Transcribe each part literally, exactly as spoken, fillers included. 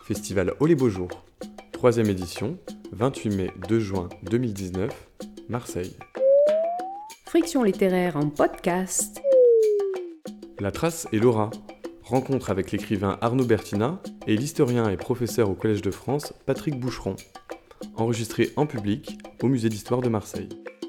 Festival Oh les beaux jours, troisième édition, vingt-huit mai deux juin deux mille dix-neuf, Marseille. Friction littéraire en podcast. La Trace et Laura, rencontre avec l'écrivain Arnaud Bertina et l'historien et professeur au Collège de France Patrick Boucheron, enregistré en public au Musée d'Histoire de Marseille.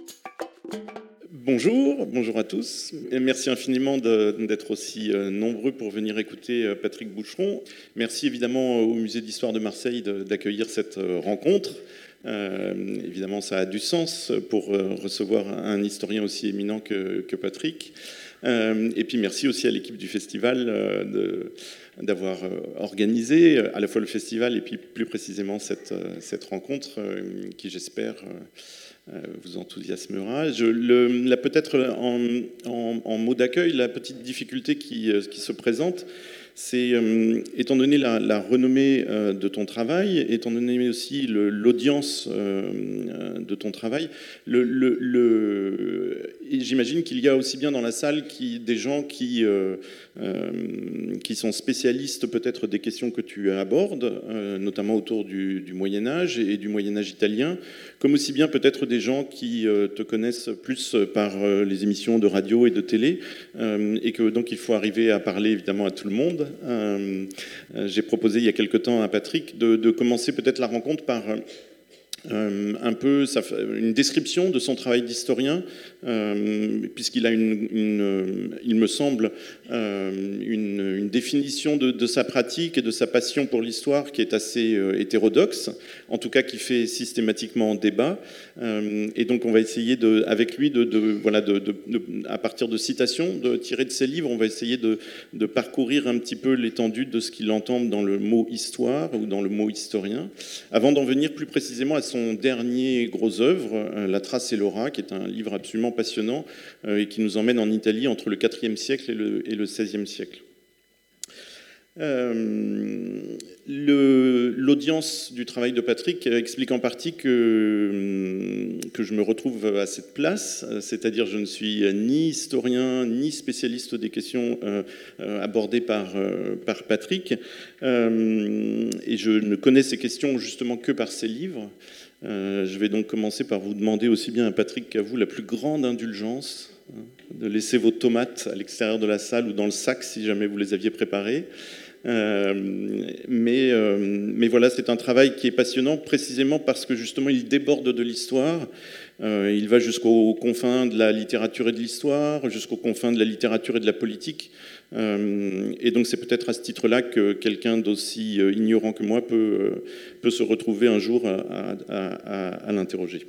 Bonjour, bonjour à tous. Et merci infiniment de, d'être aussi nombreux pour venir écouter Patrick Boucheron. Merci évidemment au Musée d'Histoire de Marseille de, d'accueillir cette rencontre. Euh, évidemment, ça a du sens pour recevoir un historien aussi éminent que, que Patrick. Euh, et puis merci aussi à l'équipe du festival euh, de, d'avoir organisé à la fois le festival et puis plus précisément cette, cette rencontre euh, qui, j'espère, euh, vous enthousiasmera. Je, le, là, peut-être en, en, en mots d'accueil, la petite difficulté qui, qui se présente, c'est, euh, étant donné la, la renommée euh, de ton travail, étant donné aussi le, l'audience euh, de ton travail, le, le, le, j'imagine qu'il y a aussi bien dans la salle qui, des gens qui, euh, euh, qui sont spécialistes peut-être des questions que tu abordes, euh, notamment autour du, du Moyen-Âge et du Moyen-Âge italien, comme aussi bien peut-être des gens qui euh, te connaissent plus par euh, les émissions de radio et de télé, euh, et que donc il faut arriver à parler évidemment à tout le monde. Euh, j'ai proposé il y a quelque temps à Patrick de, de commencer peut-être la rencontre par euh, un peu ça, une description de son travail d'historien, euh, puisqu'il a une, une, il me semble, euh, une, une définition de, de sa pratique et de sa passion pour l'histoire qui est assez euh, hétérodoxe, en tout cas qui fait systématiquement débat. Euh, et donc on va essayer de, avec lui, de, de, voilà, de, de, de, à partir de citations, de tirer de ses livres, on va essayer de, de parcourir un petit peu l'étendue de ce qu'il entend dans le mot histoire ou dans le mot historien, avant d'en venir plus précisément à son dernier gros œuvre, La Trace et Laura, qui est un livre absolument passionnant euh, et qui nous emmène en Italie entre le quatrième siècle et le, et le seizième siècle. Euh, le, l'audience du travail de Patrick explique en partie que, que je me retrouve à cette place, c'est-à-dire je ne suis ni historien ni spécialiste des questions euh, abordées par, euh, par Patrick, euh, et je ne connais ces questions justement que par ses livres. Euh, je vais donc commencer par vous demander aussi bien à Patrick qu'à vous la plus grande indulgence, hein, de laisser vos tomates à l'extérieur de la salle ou dans le sac si jamais vous les aviez préparées. Euh, mais, euh, mais voilà, c'est un travail qui est passionnant précisément parce que justement il déborde de l'histoire. Euh, il va jusqu'aux confins de la littérature et de l'histoire, jusqu'aux confins de la littérature et de la politique. Euh, et donc c'est peut-être à ce titre-là que quelqu'un d'aussi ignorant que moi peut, peut se retrouver un jour à, à, à, à l'interroger.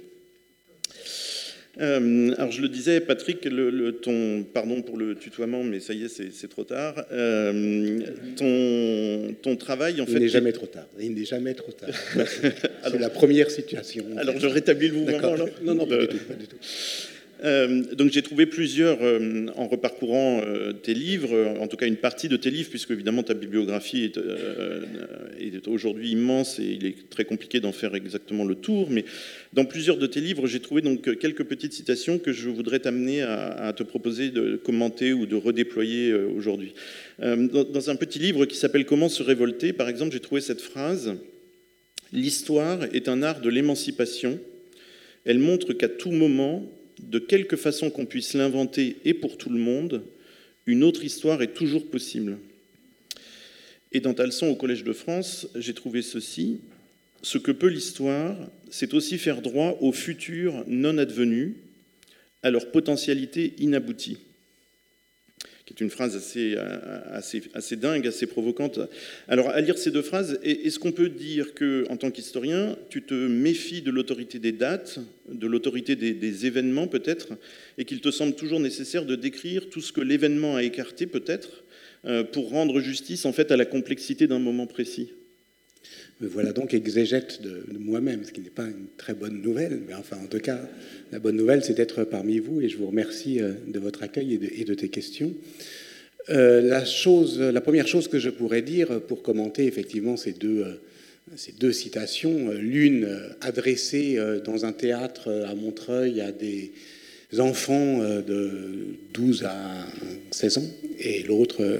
Euh, alors je le disais, Patrick, le, le, ton, pardon pour le tutoiement, mais ça y est, c'est, c'est trop tard. Euh, ton, ton travail, en il fait... Il n'est jamais trop tard. Il n'est jamais trop tard. C'est alors, la première situation. Alors je rétablis le mouvement, alors. Non, non, pas du tout, pas du tout. Euh, donc j'ai trouvé plusieurs, euh, en reparcourant euh, tes livres, en tout cas une partie de tes livres, puisque évidemment ta bibliographie est, euh, est aujourd'hui immense et il est très compliqué d'en faire exactement le tour, mais dans plusieurs de tes livres, j'ai trouvé donc quelques petites citations que je voudrais t'amener à, à te proposer de commenter ou de redéployer euh, aujourd'hui. Euh, dans, dans un petit livre qui s'appelle « Comment se révolter », par exemple, j'ai trouvé cette phrase « L'histoire est un art de l'émancipation. Elle montre qu'à tout moment, de quelque façon qu'on puisse l'inventer et pour tout le monde, une autre histoire est toujours possible. » Et dans ta leçon au Collège de France, j'ai trouvé ceci. « Ce que peut l'histoire, c'est aussi faire droit aux futurs non advenus, à leur potentialité inaboutie. » Qui est une phrase assez, assez, assez dingue, assez provocante. Alors, à lire ces deux phrases, est-ce qu'on peut dire qu'en tant qu'historien, tu te méfies de l'autorité des dates, de l'autorité des, des événements peut-être, et qu'il te semble toujours nécessaire de décrire tout ce que l'événement a écarté peut-être, pour rendre justice en fait à la complexité d'un moment précis? Me voilà donc exégète de, de moi-même, ce qui n'est pas une très bonne nouvelle, mais enfin, en tout cas, la bonne nouvelle, c'est d'être parmi vous, et je vous remercie de votre accueil et de, et de tes questions. Euh, la, chose, la première chose que je pourrais dire pour commenter effectivement ces deux, ces deux citations, l'une adressée dans un théâtre à Montreuil à des enfants de douze à seize ans, et l'autre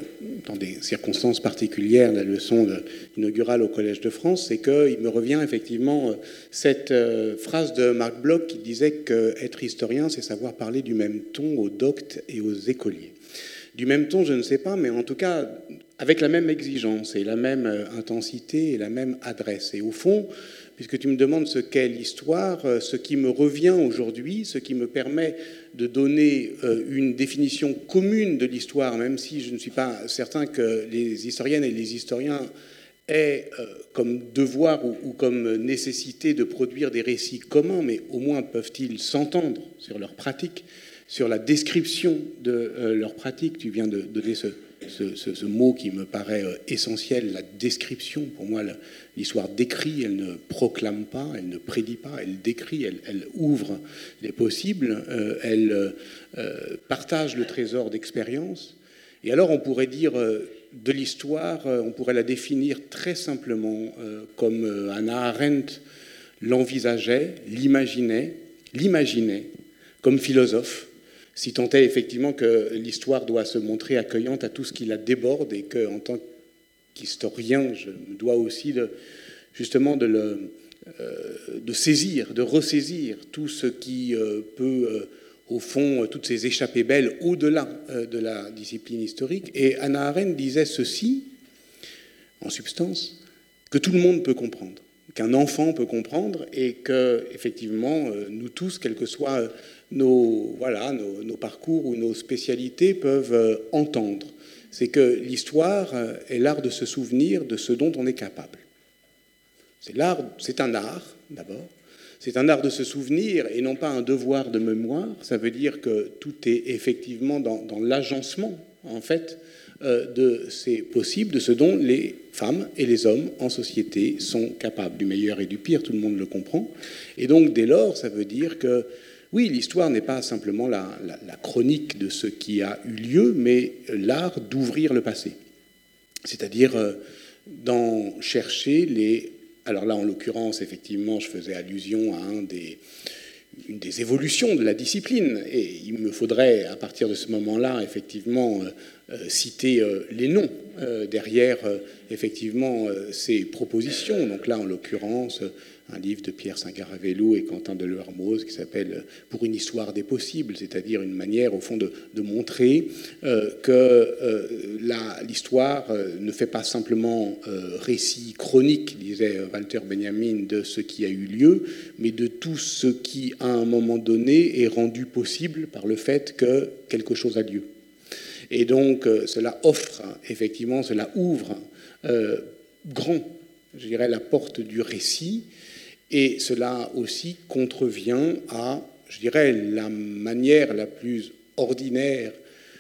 dans des circonstances particulières, la leçon de, inaugurale au Collège de France, c'est qu'il me revient effectivement cette euh, phrase de Marc Bloch qui disait qu'être historien, c'est savoir parler du même ton aux doctes et aux écoliers. Du même ton, je ne sais pas, mais en tout cas, avec la même exigence et la même intensité et la même adresse. Et au fond, puisque tu me demandes ce qu'est l'histoire, ce qui me revient aujourd'hui, ce qui me permet de donner une définition commune de l'histoire, même si je ne suis pas certain que les historiennes et les historiens aient comme devoir ou comme nécessité de produire des récits communs, mais au moins peuvent-ils s'entendre sur leur pratique, sur la description de leur pratique. Tu viens de donner ce, ce, ce, ce mot qui me paraît essentiel, la description. Pour moi, l'histoire décrit, elle ne proclame pas, elle ne prédit pas, elle décrit, elle, elle ouvre les possibles, euh, elle euh, partage le trésor d'expérience. Et alors, on pourrait dire euh, de l'histoire, euh, on pourrait la définir très simplement euh, comme euh, Hannah Arendt l'envisageait, l'imaginait, l'imaginait comme philosophe, si tant est effectivement que l'histoire doit se montrer accueillante à tout ce qui la déborde et qu'en tant qu'historien, je me dois aussi de, justement de, le, euh, de saisir, de ressaisir tout ce qui euh, peut, euh, au fond, toutes ces échappées belles au-delà euh, de la discipline historique. Et Hannah Arendt disait ceci, en substance, que tout le monde peut comprendre, qu'un enfant peut comprendre et que, effectivement, euh, nous tous, quel que soit Nos, voilà, nos, nos parcours ou nos spécialités peuvent euh, entendre. C'est que l'histoire euh, est l'art de se souvenir de ce dont on est capable. C'est, l'art, c'est un art, d'abord. C'est un art de se souvenir et non pas un devoir de mémoire. Ça veut dire que tout est effectivement dans, dans l'agencement, en fait, euh, de ces possibles, de ce dont les femmes et les hommes en société sont capables, du meilleur et du pire, tout le monde le comprend. Et donc, dès lors, ça veut dire que oui, l'histoire n'est pas simplement la, la, la chronique de ce qui a eu lieu, mais l'art d'ouvrir le passé. C'est-à-dire euh, d'en chercher les... Alors là, en l'occurrence, effectivement, je faisais allusion à un des, une des évolutions de la discipline. Et il me faudrait, à partir de ce moment-là, effectivement, euh, citer euh, les noms euh, derrière, euh, effectivement, euh, ces propositions. Donc là, en l'occurrence... un livre de Pierre Saint-Garavello et Quentin de Lermoz qui s'appelle « Pour une histoire des possibles », c'est-à-dire une manière, au fond, de, de montrer euh, que euh, la, l'histoire euh, ne fait pas simplement euh, récit chronique, disait Walter Benjamin, de ce qui a eu lieu, mais de tout ce qui, à un moment donné, est rendu possible par le fait que quelque chose a lieu. Et donc, euh, cela offre, effectivement, cela ouvre euh, grand, je dirais, la porte du récit. Et cela aussi contrevient à, je dirais, la manière la plus ordinaire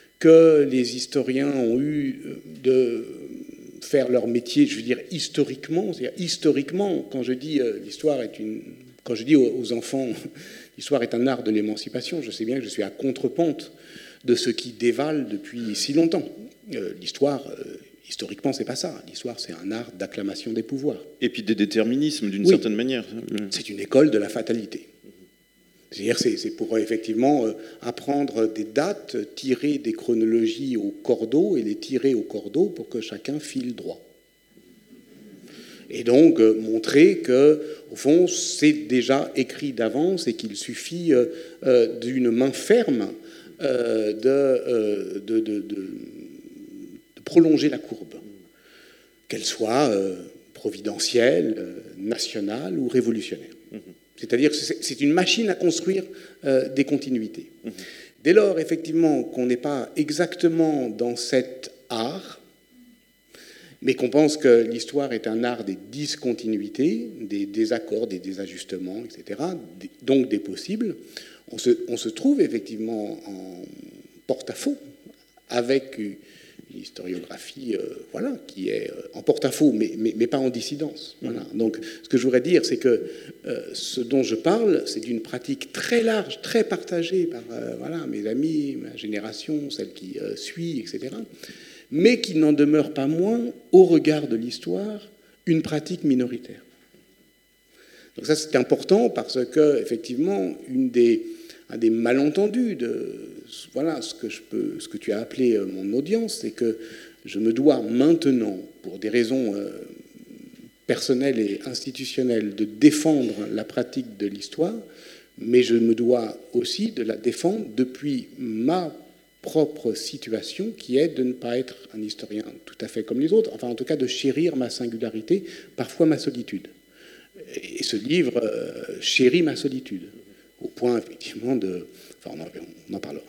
que les historiens ont eu de faire leur métier, je veux dire, historiquement. C'est-à-dire, historiquement, quand je dis euh, l'histoire est une... Quand je dis aux, aux enfants, l'histoire est un art de l'émancipation, je sais bien que je suis à contre-pente de ce qui dévale depuis si longtemps. Euh, l'histoire... Euh, Historiquement, c'est pas ça. L'histoire, c'est un art d'acclamation des pouvoirs. Et puis des déterminismes, d'une oui. certaine manière. C'est une école de la fatalité. C'est-à-dire, c'est, c'est pour effectivement apprendre des dates, tirer des chronologies au cordeau et les tirer au cordeau pour que chacun file droit. Et donc montrer que, au fond, c'est déjà écrit d'avance et qu'il suffit euh, d'une main ferme euh, de, euh, de, de, de prolonger la courbe, qu'elle soit euh, providentielle, euh, nationale ou révolutionnaire. Mmh. C'est-à-dire que c'est, c'est une machine à construire euh, des continuités. Mmh. Dès lors, effectivement, qu'on n'est pas exactement dans cet art, mais qu'on pense que l'histoire est un art des discontinuités, des désaccords, des désajustements, et cetera, donc des possibles, on se, on se trouve effectivement en porte-à-faux avec une historiographie euh, voilà, qui est en porte-à-faux, mais, mais, mais pas en dissidence. Voilà. Donc, ce que je voudrais dire, c'est que euh, ce dont je parle, c'est d'une pratique très large, très partagée par euh, voilà, mes amis, ma génération, celle qui euh, suit, et cetera, mais qui n'en demeure pas moins, au regard de l'histoire, une pratique minoritaire. Donc ça, c'est important parce que, effectivement, une des, un des malentendus de voilà, ce que, je peux, ce que tu as appelé mon audience, c'est que je me dois maintenant, pour des raisons euh, personnelles et institutionnelles, de défendre la pratique de l'histoire, mais je me dois aussi de la défendre depuis ma propre situation, qui est de ne pas être un historien tout à fait comme les autres, enfin en tout cas de chérir ma singularité, parfois ma solitude. Et ce livre euh, chérit ma solitude, au point effectivement de... Enfin, on en, on en parlera.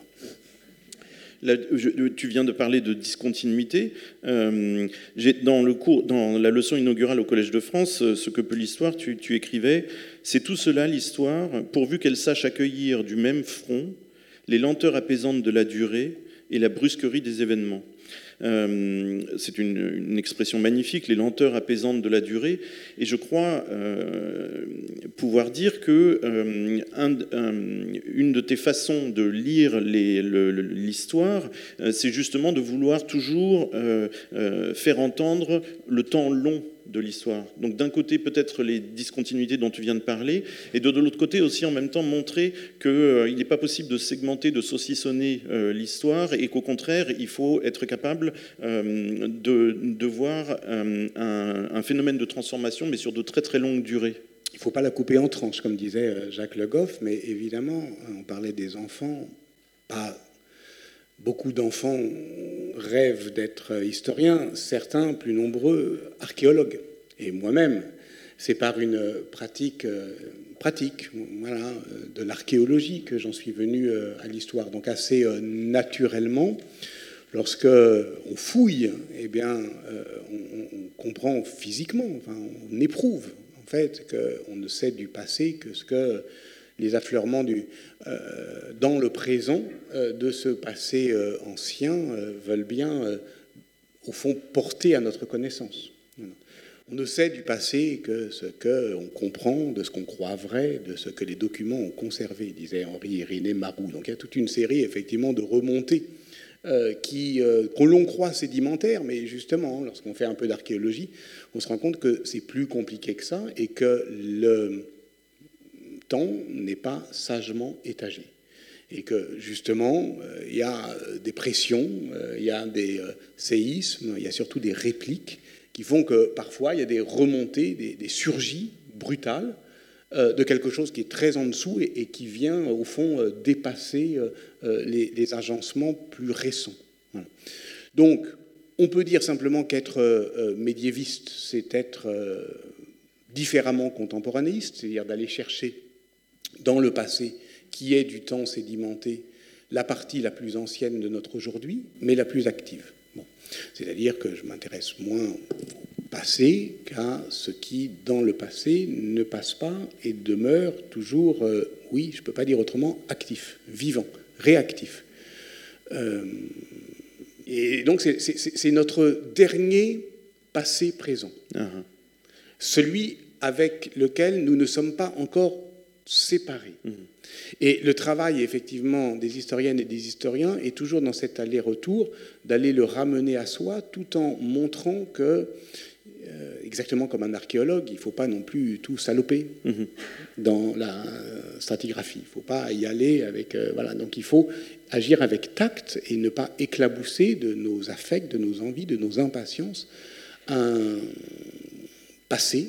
Là, je, tu viens de parler de discontinuité. Euh, j'ai, dans, le cours, dans la leçon inaugurale au Collège de France, Ce que peut l'histoire, tu, tu écrivais « C'est tout cela l'histoire, pourvu qu'elle sache accueillir du même front les lenteurs apaisantes de la durée et la brusquerie des événements. » Euh, c'est une, une expression magnifique, les lenteurs apaisantes de la durée. Et je crois euh, pouvoir dire que euh, un, un, une de tes façons de lire les, le, l'histoire, euh, c'est justement de vouloir toujours euh, euh, faire entendre le temps long de l'histoire. Donc d'un côté peut-être les discontinuités dont tu viens de parler, et de, de l'autre côté aussi en même temps montrer qu'il euh, n'est pas possible de segmenter, de saucissonner euh, l'histoire, et qu'au contraire il faut être capable euh, de, de voir euh, un, un phénomène de transformation, mais sur de très très longues durées. Il ne faut pas la couper en tranches, comme disait Jacques Le Goff, mais évidemment, on parlait des enfants, pas... Beaucoup d'enfants rêvent d'être historiens, certains, plus nombreux, archéologues. Et moi-même, c'est par une pratique, pratique voilà, de l'archéologie que j'en suis venu à l'histoire. Donc assez naturellement, lorsque on fouille, eh bien, on, on comprend physiquement, enfin, on éprouve en fait qu'on ne sait du passé que ce que les affleurements du, euh, dans le présent euh, de ce passé euh, ancien euh, veulent bien, euh, au fond, porter à notre connaissance. On ne sait du passé que ce qu'on comprend, de ce qu'on croit vrai, de ce que les documents ont conservé, disait Henri-Irénée Marou. Donc il y a toute une série, effectivement, de remontées euh, qui, euh, qu'on l'on croit sédimentaires, mais justement, lorsqu'on fait un peu d'archéologie, on se rend compte que c'est plus compliqué que ça et que le temps n'est pas sagement étagé. Et que, justement, euh, il y a des pressions, euh, il y a des euh, séismes, il y a surtout des répliques qui font que, parfois, il y a des remontées, des, des surgies brutales euh, de quelque chose qui est très en dessous et, et qui vient, au fond, euh, dépasser euh, les, les agencements plus récents. Voilà. Donc, on peut dire simplement qu'être euh, médiéviste, c'est être euh, différemment contemporanéiste, c'est-à-dire d'aller chercher dans le passé, qui est du temps sédimenté, la partie la plus ancienne de notre aujourd'hui, mais la plus active. Bon. C'est-à-dire que je m'intéresse moins au passé qu'à ce qui, dans le passé, ne passe pas et demeure toujours, euh, oui, je ne peux pas dire autrement, actif, vivant, réactif. Euh, et donc, c'est, c'est, c'est notre dernier passé-présent. Uh-huh. Celui avec lequel nous ne sommes pas encore séparés. Mmh. Et le travail, effectivement, des historiennes et des historiens est toujours dans cet aller-retour, d'aller le ramener à soi, tout en montrant que, euh, exactement comme un archéologue, il ne faut pas non plus tout saloper mmh. dans la stratigraphie. Il ne faut pas y aller avec... Euh, voilà. Donc il faut agir avec tact et ne pas éclabousser de nos affects, de nos envies, de nos impatiences, un passé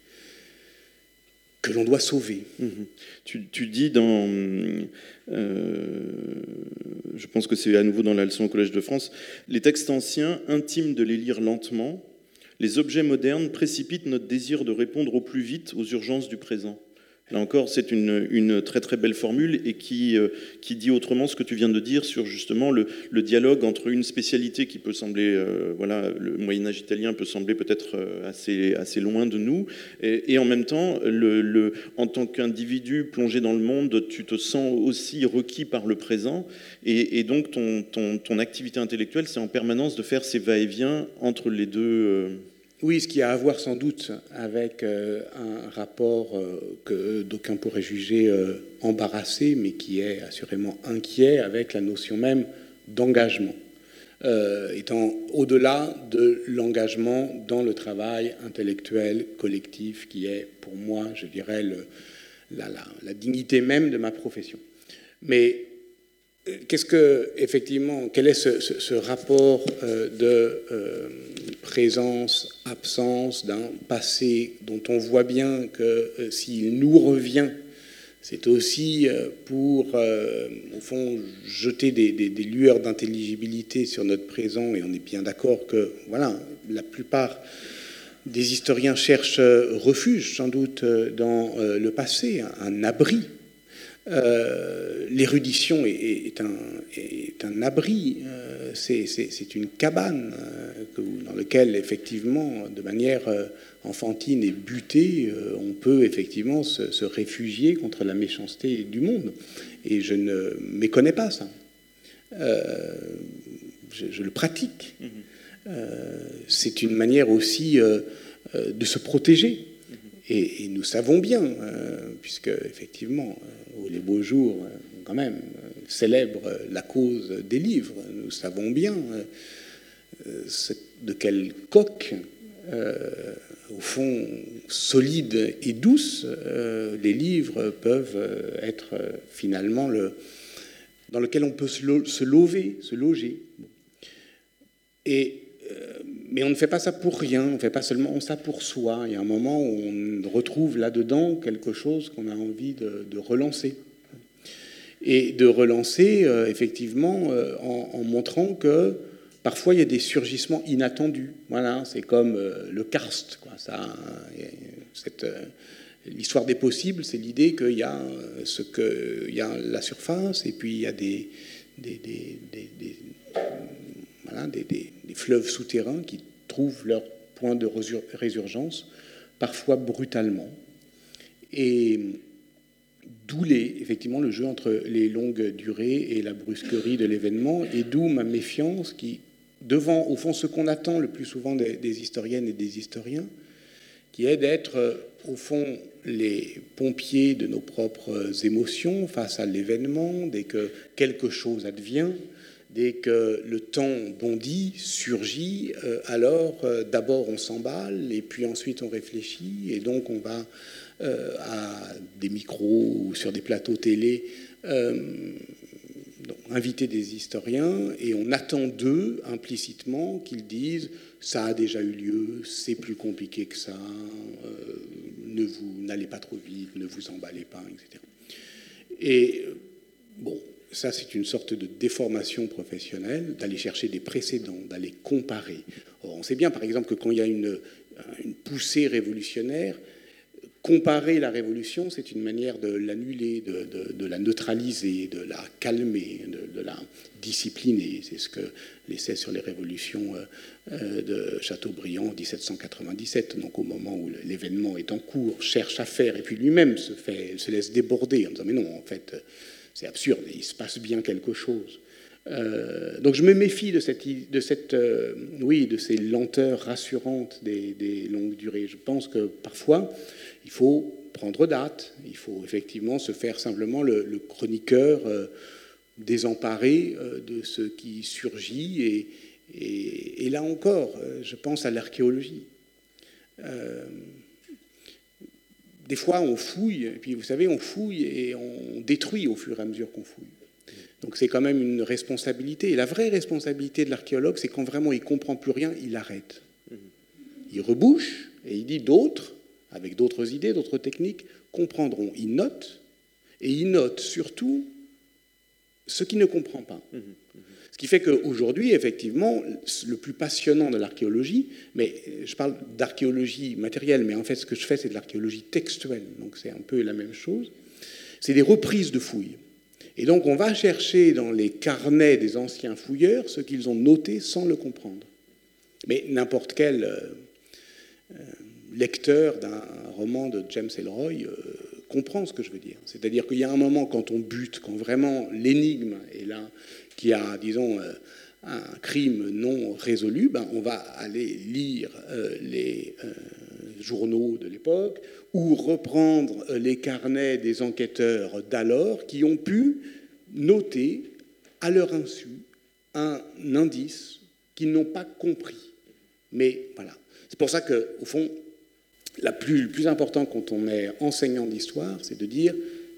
que l'on doit sauver. Mmh. Tu, tu dis dans... Euh, je pense que c'est à nouveau dans la leçon au Collège de France, les textes anciens, intimes de les lire lentement, les objets modernes précipitent notre désir de répondre au plus vite aux urgences du présent. Là encore, c'est une, une très très belle formule et qui, euh, qui dit autrement ce que tu viens de dire sur justement le, le dialogue entre une spécialité qui peut sembler, euh, voilà, le Moyen-Âge italien peut sembler peut-être assez, assez loin de nous, et, et en même temps, le, le, en tant qu'individu plongé dans le monde, tu te sens aussi requis par le présent, et, et donc ton, ton, ton activité intellectuelle, c'est en permanence de faire ces va-et-vient entre les deux... Euh, Oui, ce qui a à voir sans doute avec euh, un rapport euh, que d'aucuns pourraient juger euh, embarrassé, mais qui est assurément inquiet avec la notion même d'engagement, euh, étant au-delà de l'engagement dans le travail intellectuel collectif qui est pour moi, je dirais, le, la, la, la dignité même de ma profession. Mais qu'est-ce que, effectivement, quel est ce, ce, ce rapport euh, de euh, présence, absence d'un passé dont on voit bien que euh, s'il nous revient, c'est aussi euh, pour, euh, au fond, jeter des, des, des lueurs d'intelligibilité sur notre présent, et on est bien d'accord que, voilà, la plupart des historiens cherchent refuge, sans doute, dans euh, le passé, un, un abri. Euh, l'érudition est, est, un, est un abri, euh, c'est, c'est, c'est une cabane euh, dans laquelle, effectivement, de manière euh, enfantine et butée, euh, on peut effectivement se, se réfugier contre la méchanceté du monde. Et je ne méconnais pas ça. Euh, je, je le pratique. Mmh. Euh, c'est une manière aussi euh, euh, de se protéger. Mmh. Et, et nous savons bien, euh, puisque, effectivement, les beaux jours, quand même, célèbrent la cause des livres. Nous savons bien de quelle coque, euh, au fond, solide et douce, euh, les livres peuvent être finalement le, dans lequel on peut se, lo- se lover, se loger. Et, euh, mais on ne fait pas ça pour rien, on ne fait pas seulement ça pour soi. Il y a un moment où on retrouve là-dedans quelque chose qu'on a envie de, de relancer. Et de relancer, euh, effectivement, euh, en, en montrant que parfois il y a des surgissements inattendus. Voilà, c'est comme euh, le karst, quoi. Ça, cette, euh, l'histoire des possibles, c'est l'idée qu'il y a, ce que, il y a la surface, et puis il y a des, des, des, des, des, voilà, des, des, des fleuves souterrains qui trouvent leur point de résurgence, parfois brutalement. Et d'où les, effectivement le jeu entre les longues durées et la brusquerie de l'événement, et d'où ma méfiance qui, devant, au fond, ce qu'on attend le plus souvent des, des historiennes et des historiens, qui est d'être, au fond, les pompiers de nos propres émotions face à l'événement, dès que quelque chose advient, dès que le temps bondit, surgit, euh, alors euh, d'abord on s'emballe, et puis ensuite on réfléchit, et donc on va euh, à des micros ou sur des plateaux télé euh, donc, inviter des historiens, et on attend d'eux implicitement qu'ils disent « ça a déjà eu lieu, c'est plus compliqué que ça, euh, ne vous, n'allez pas trop vite, ne vous emballez pas, et cetera » Et bon, ça, c'est une sorte de déformation professionnelle, d'aller chercher des précédents, d'aller comparer. Or, on sait bien, par exemple, que quand il y a une, une poussée révolutionnaire, comparer la révolution, c'est une manière de l'annuler, de, de, de la neutraliser, de la calmer, de, de la discipliner. C'est ce que l'essai sur les révolutions de Chateaubriand en dix-sept cent quatre-vingt-dix-sept, donc au moment où l'événement est en cours, cherche à faire, et puis lui-même se, fait, se laisse déborder en disant « mais non, en fait, c'est absurde, il se passe bien quelque chose ». Euh, donc je me méfie de cette, de cette euh, oui, de ces lenteurs rassurantes des, des longues durées. Je pense que parfois il faut prendre date, il faut effectivement se faire simplement le, le chroniqueur euh, désemparé euh, de ce qui surgit. Et, et, et là encore, euh, je pense à l'archéologie. Euh, des fois on fouille, et puis vous savez, on fouille et on détruit au fur et à mesure qu'on fouille. Donc c'est quand même une responsabilité. Et la vraie responsabilité de l'archéologue, c'est quand vraiment il ne comprend plus rien, il arrête. Il rebouche et il dit d'autres, avec d'autres idées, d'autres techniques, comprendront. Il note, et il note surtout ce qu'il ne comprend pas. Ce qui fait qu'aujourd'hui, effectivement, le plus passionnant de l'archéologie, mais je parle d'archéologie matérielle, mais en fait ce que je fais, c'est de l'archéologie textuelle, donc c'est un peu la même chose, c'est des reprises de fouilles. Et donc on va chercher dans les carnets des anciens fouilleurs ce qu'ils ont noté sans le comprendre. Mais n'importe quel euh, lecteur d'un roman de James Ellroy euh, comprend ce que je veux dire. C'est-à-dire qu'il y a un moment quand on bute, quand vraiment l'énigme est là, qu'il y a, disons, euh, un crime non résolu, ben on va aller lire euh, les euh, journaux de l'époque ou reprendre les carnets des enquêteurs d'alors qui ont pu noter à leur insu un indice qu'ils n'ont pas compris. Mais voilà. C'est pour ça qu'au fond, la plus, le plus important quand on est enseignant d'histoire, c'est de dire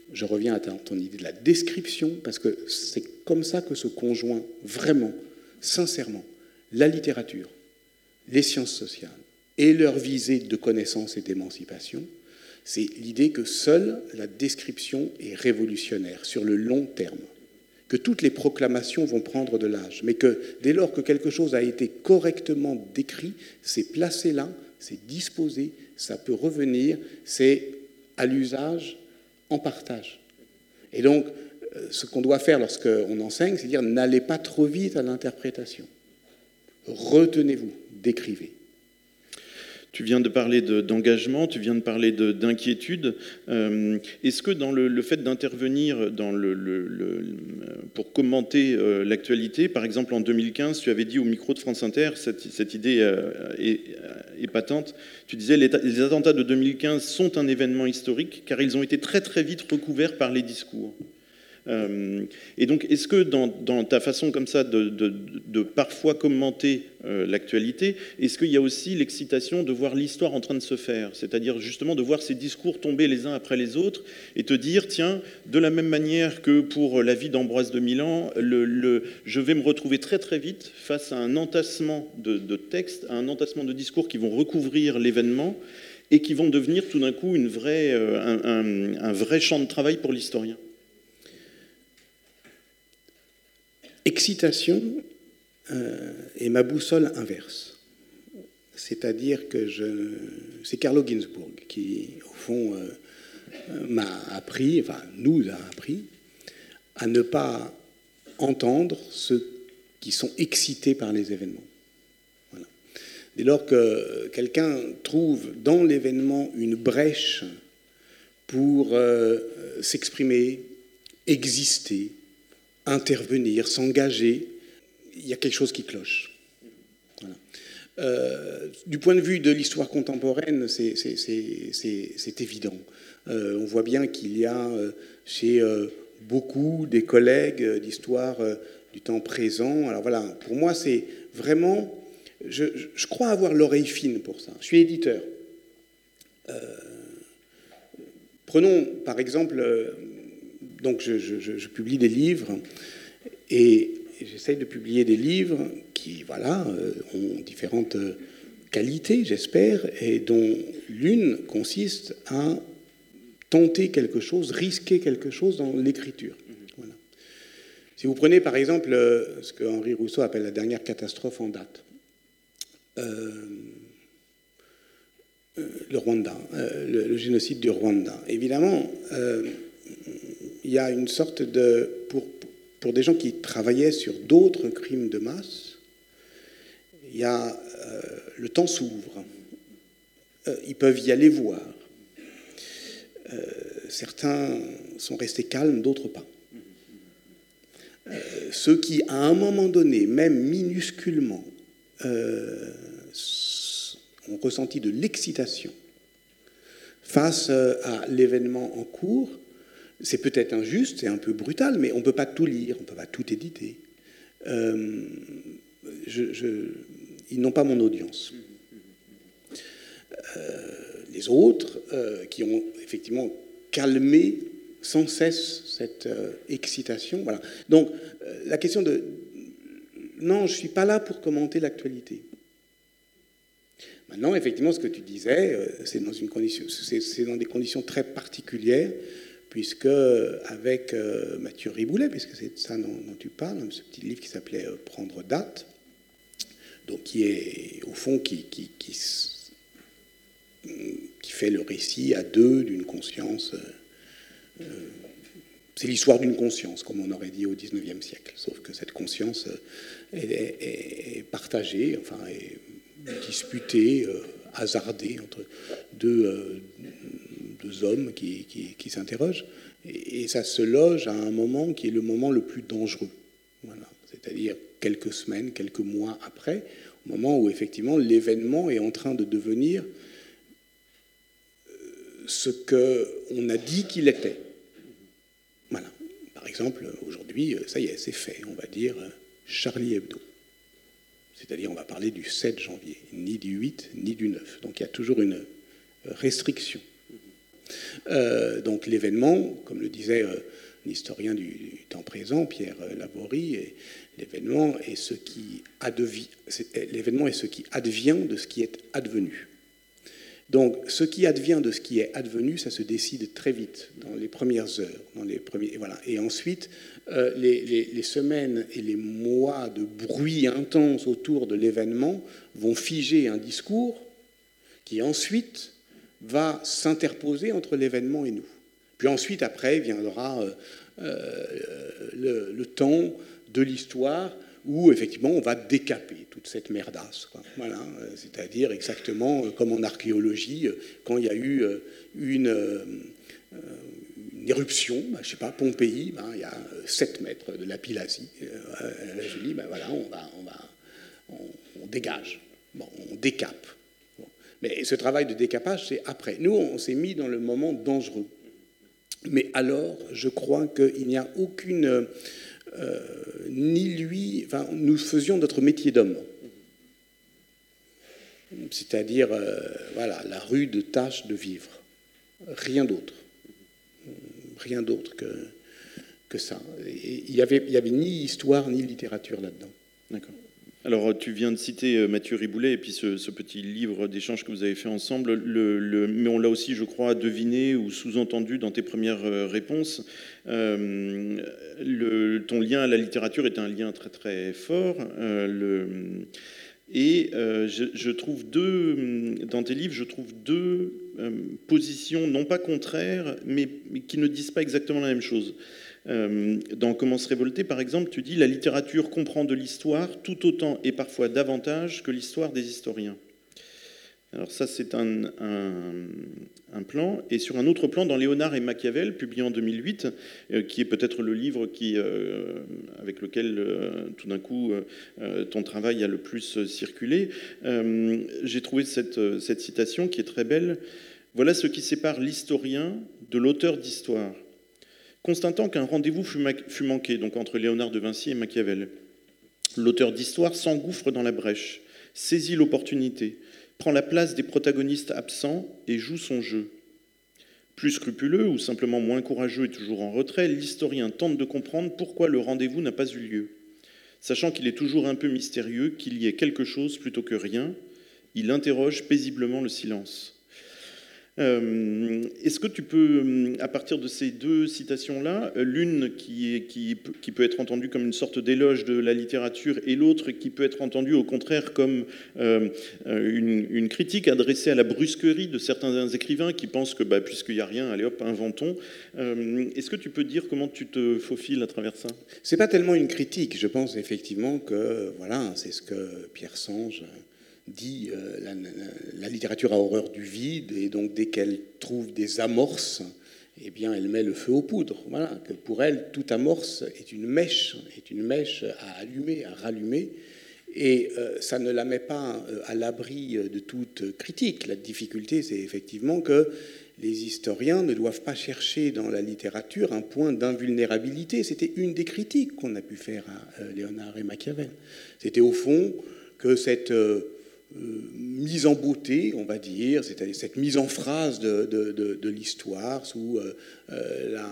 je reviens à ton idée de la description, parce que c'est comme ça que se conjoint vraiment, sincèrement, la littérature, les sciences sociales et leur visée de connaissance et d'émancipation. C'est l'idée que seule la description est révolutionnaire sur le long terme, que toutes les proclamations vont prendre de l'âge, mais que dès lors que quelque chose a été correctement décrit, c'est placé là, c'est disposé, ça peut revenir, c'est à l'usage en partage. Et donc, ce qu'on doit faire lorsqu'on enseigne, c'est dire n'allez pas trop vite à l'interprétation. Retenez-vous, décrivez. Tu viens de parler de, d'engagement, tu viens de parler de, d'inquiétude. Euh, est-ce que dans le, le fait d'intervenir dans le, le, le, pour commenter euh, l'actualité, par exemple en deux mille quinze, tu avais dit au micro de France Inter, cette, cette idée euh, est, est patente, tu disais les, les attentats de deux mille quinze sont un événement historique car ils ont été très très vite recouverts par les discours. Euh, et donc, est-ce que dans, dans ta façon comme ça de, de, de parfois commenter euh, l'actualité, est-ce qu'il y a aussi l'excitation de voir l'histoire en train de se faire, c'est-à-dire justement de voir ces discours tomber les uns après les autres et te dire, tiens, de la même manière que pour la vie d'Ambroise de Milan, le, le, je vais me retrouver très très vite face à un entassement de, de textes, à un entassement de discours qui vont recouvrir l'événement et qui vont devenir tout d'un coup une vraie, euh, un, un, un vrai champ de travail pour l'historien. Excitation euh, est ma boussole inverse. C'est-à-dire que je... c'est Carlo Ginzburg qui, au fond, euh, m'a appris, enfin, nous a appris, à ne pas entendre ceux qui sont excités par les événements. Voilà. Dès lors que quelqu'un trouve dans l'événement une brèche pour euh, s'exprimer, exister, intervenir, s'engager, il y a quelque chose qui cloche. Voilà. Euh, du point de vue de l'histoire contemporaine, c'est, c'est, c'est, c'est, c'est évident. Euh, on voit bien qu'il y a euh, chez euh, beaucoup des collègues d'histoire euh, du temps présent. Alors voilà, pour moi, c'est vraiment... Je, je crois avoir l'oreille fine pour ça. Je suis éditeur. Euh, prenons, par exemple... Euh, Donc je, je, je publie des livres et j'essaye de publier des livres qui voilà, ont différentes qualités, j'espère, et dont l'une consiste à tenter quelque chose, risquer quelque chose dans l'écriture. Voilà. Si vous prenez par exemple ce que Henri Rousseau appelle la dernière catastrophe en date, euh, le Rwanda, euh, le, le génocide du Rwanda, évidemment... Euh, il y a une sorte de... Pour, pour des gens qui travaillaient sur d'autres crimes de masse, il y a... Euh, le temps s'ouvre. Euh, ils peuvent y aller voir. Euh, certains sont restés calmes, d'autres pas. Euh, ceux qui, à un moment donné, même minusculement, euh, ont ressenti de l'excitation face à l'événement en cours, c'est peut-être injuste, c'est un peu brutal, mais on ne peut pas tout lire, on ne peut pas tout éditer. Euh, je, je, ils n'ont pas mon audience. Euh, les autres, euh, qui ont effectivement calmé sans cesse cette euh, excitation. Voilà. Donc, euh, la question de... Non, je ne suis pas là pour commenter l'actualité. Maintenant, effectivement, ce que tu disais, euh, c'est dans, une condition, c'est, c'est dans des conditions très particulières, puisque avec euh, Mathieu Riboulet, puisque c'est de ça dont, dont tu parles, ce petit livre qui s'appelait euh, « Prendre date », donc qui est, au fond, qui, qui, qui, qui fait le récit à deux d'une conscience... Euh, c'est l'histoire d'une conscience, comme on aurait dit au dix-neuvième siècle, sauf que cette conscience est, est, est partagée, enfin, est disputée, euh, hasardée entre deux... Euh, deux hommes qui, qui, qui s'interrogent, et, et ça se loge à un moment qui est le moment le plus dangereux. Voilà. C'est-à-dire quelques semaines, quelques mois après, au moment où effectivement l'événement est en train de devenir ce qu'on a dit qu'il était. Voilà. Par exemple, aujourd'hui, ça y est, c'est fait, on va dire Charlie Hebdo. C'est-à-dire on va parler du sept janvier, ni du huit, ni du neuf. Donc il y a toujours une restriction. Euh, donc l'événement, comme le disait euh, l'historien du, du temps présent, Pierre Laborie, et l'événement est ce qui advient, l'événement est ce qui advient de ce qui est advenu. Donc, ce qui advient de ce qui est advenu, ça se décide très vite, dans les premières heures, dans les premiers, et voilà. Et ensuite, euh, les, les, les semaines et les mois de bruit intense autour de l'événement vont figer un discours qui ensuite va s'interposer entre l'événement et nous. Puis ensuite, après, viendra euh, euh, le, le temps de l'histoire où, effectivement, on va décaper toute cette merdasse, quoi. Voilà, c'est-à-dire exactement comme en archéologie, quand il y a eu une, une éruption, ben, je ne sais pas, Pompéi, ben, il y a sept mètres de lapillasie. Euh, je dis, ben voilà, on, va, on, va, on, on dégage, bon, on décape. Bon. Mais ce travail de décapage, c'est après. Nous, on s'est mis dans le moment dangereux. Mais alors, je crois qu'il n'y a aucune... Euh, ni lui, enfin, nous faisions notre métier d'homme, c'est-à-dire euh, voilà, la rude tâche de vivre, rien d'autre, rien d'autre que, que ça. Et il n'y avait, il y avait ni histoire ni littérature là-dedans. D'accord. Alors, tu viens de citer Mathieu Riboulet et puis ce, ce petit livre d'échange que vous avez fait ensemble, le, le, mais on l'a aussi, je crois, deviné ou sous-entendu dans tes premières réponses. Euh, le, ton lien à la littérature est un lien très très fort. Euh, le, et euh, je, je trouve deux, dans tes livres, je trouve deux euh, positions, non pas contraires, mais, mais qui ne disent pas exactement la même chose. Dans Comment se révolter, par exemple, tu dis « La littérature comprend de l'histoire tout autant et parfois davantage que l'histoire des historiens ». Alors ça, c'est un, un, un plan. Et sur un autre plan, dans Léonard et Machiavel, publié en deux mille huit, euh, qui est peut-être le livre qui, euh, avec lequel, euh, tout d'un coup, euh, ton travail a le plus circulé, euh, j'ai trouvé cette, cette citation qui est très belle. « Voilà ce qui sépare l'historien de l'auteur d'histoire. Constatant qu'un rendez-vous fut manqué, donc entre Léonard de Vinci et Machiavel. L'auteur d'histoire s'engouffre dans la brèche, saisit l'opportunité, prend la place des protagonistes absents et joue son jeu. Plus scrupuleux ou simplement moins courageux et toujours en retrait, l'historien tente de comprendre pourquoi le rendez-vous n'a pas eu lieu. Sachant qu'il est toujours un peu mystérieux, qu'il y ait quelque chose plutôt que rien, il interroge paisiblement le silence. » Euh, est-ce que tu peux, à partir de ces deux citations-là, l'une qui, est, qui, qui peut être entendue comme une sorte d'éloge de la littérature et l'autre qui peut être entendue au contraire comme euh, une, une critique adressée à la brusquerie de certains écrivains qui pensent que bah, puisqu'il n'y a rien, allez hop, inventons. Euh, est-ce que tu peux dire comment tu te faufiles à travers ça ? C'est pas tellement une critique, je pense effectivement que voilà, c'est ce que Pierre Sange dit, euh, la, la, la littérature a horreur du vide, et donc dès qu'elle trouve des amorces, eh bien elle met le feu aux poudres. Voilà, que pour elle, toute amorce est une mèche, est une mèche à allumer, à rallumer, et euh, ça ne la met pas à l'abri de toute critique. La difficulté, c'est effectivement que les historiens ne doivent pas chercher dans la littérature un point d'invulnérabilité. C'était une des critiques qu'on a pu faire à euh, Léonard et Machiavel. C'était au fond que cette euh, Euh, mise en beauté, on va dire, c'est-à-dire cette mise en phrase de, de, de, de l'histoire sous euh, euh, la,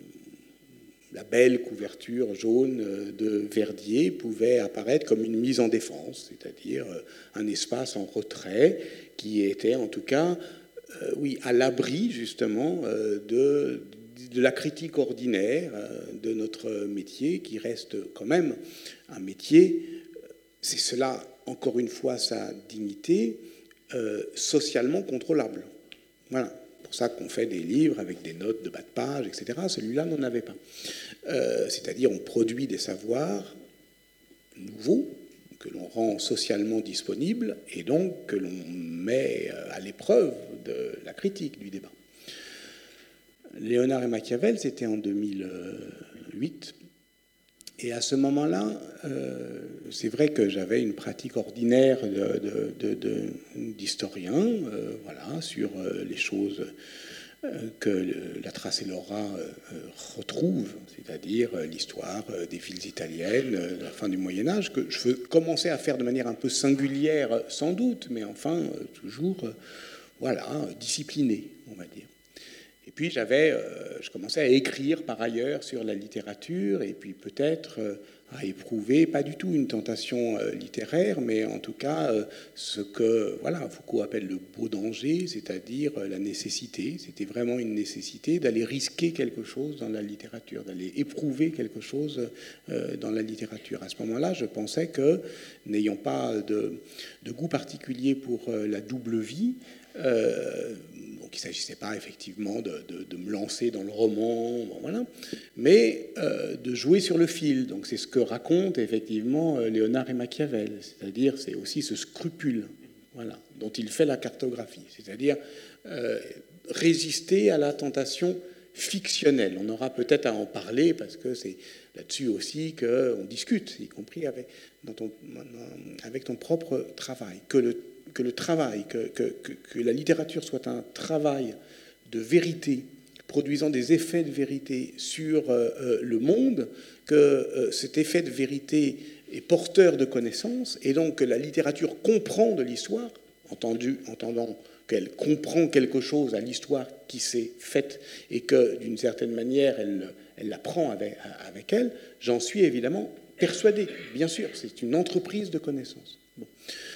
la belle couverture jaune de Verdier pouvait apparaître comme une mise en défense, c'est-à-dire un espace en retrait qui était en tout cas euh, oui, à l'abri justement euh, de, de la critique ordinaire euh, de notre métier qui reste quand même un métier, c'est cela encore une fois sa dignité, euh, socialement contrôlable. Voilà, pour ça qu'on fait des livres avec des notes de bas de page, et cetera. Celui-là n'en avait pas. Euh, c'est-à-dire on produit des savoirs nouveaux, que l'on rend socialement disponibles, et donc que l'on met à l'épreuve de la critique du débat. Léonard et Machiavel, c'était en deux mille huit. Et à ce moment-là, euh, c'est vrai que j'avais une pratique ordinaire de, de, de, de, d'historien, euh, voilà, sur euh, les choses euh, que le, la Trace et Laura euh, retrouvent, c'est-à-dire euh, l'histoire euh, des villes italiennes euh, de la fin du Moyen-Âge, que je commençais à faire de manière un peu singulière, sans doute, mais enfin, euh, toujours, euh, voilà, disciplinée, on va dire. Et puis j'avais, euh, je commençais à écrire par ailleurs sur la littérature, et puis peut-être euh, à éprouver, pas du tout une tentation euh, littéraire, mais en tout cas euh, ce que voilà, Foucault appelle le beau danger, c'est-à-dire euh, la nécessité. C'était vraiment une nécessité d'aller risquer quelque chose dans la littérature, d'aller éprouver quelque chose euh, dans la littérature. À ce moment-là, je pensais que, n'ayant pas de, de goût particulier pour euh, la double vie, euh, donc il ne s'agissait pas effectivement de, de, de me lancer dans le roman, bon, voilà, mais euh, de jouer sur le fil. Donc c'est ce que racontent effectivement Léonard et Machiavel, c'est-à-dire c'est aussi ce scrupule, voilà, dont il fait la cartographie, c'est-à-dire euh, résister à la tentation fictionnelle. On aura peut-être à en parler parce que c'est là-dessus aussi qu'on discute, y compris avec, dans ton, avec ton propre travail, que le que le travail, que, que, que la littérature soit un travail de vérité, produisant des effets de vérité sur euh, le monde, que euh, cet effet de vérité est porteur de connaissances, et donc que la littérature comprend de l'histoire, entendu, entendant qu'elle comprend quelque chose à l'histoire qui s'est faite, et que d'une certaine manière, elle, elle la prend avec, avec elle, j'en suis évidemment persuadé, bien sûr, c'est une entreprise de connaissances. Bon.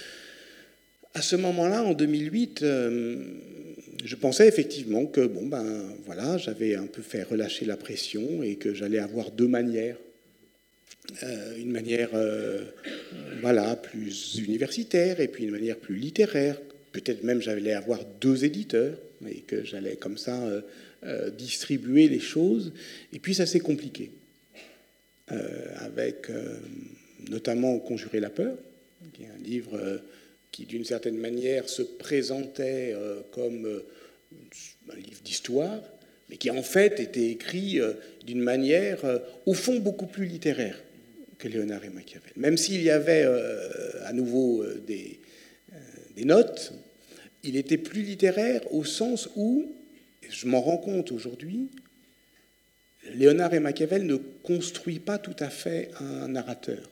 À ce moment-là, en deux mille huit, euh, je pensais effectivement que bon, ben, voilà, j'avais un peu fait relâcher la pression et que j'allais avoir deux manières. Euh, une manière euh, voilà, plus universitaire et puis une manière plus littéraire. Peut-être même j'allais avoir deux éditeurs et que j'allais comme ça euh, euh, distribuer les choses. Et puis ça s'est compliqué. Euh, avec euh, notamment Conjurer la peur, qui est un livre... Euh, qui d'une certaine manière se présentait euh, comme euh, un livre d'histoire, mais qui en fait était écrit euh, d'une manière, euh, au fond, beaucoup plus littéraire que Léonard et Machiavel. Même s'il y avait euh, à nouveau euh, des, euh, des notes, il était plus littéraire au sens où, et je m'en rends compte aujourd'hui, Léonard et Machiavel ne construit pas tout à fait un narrateur.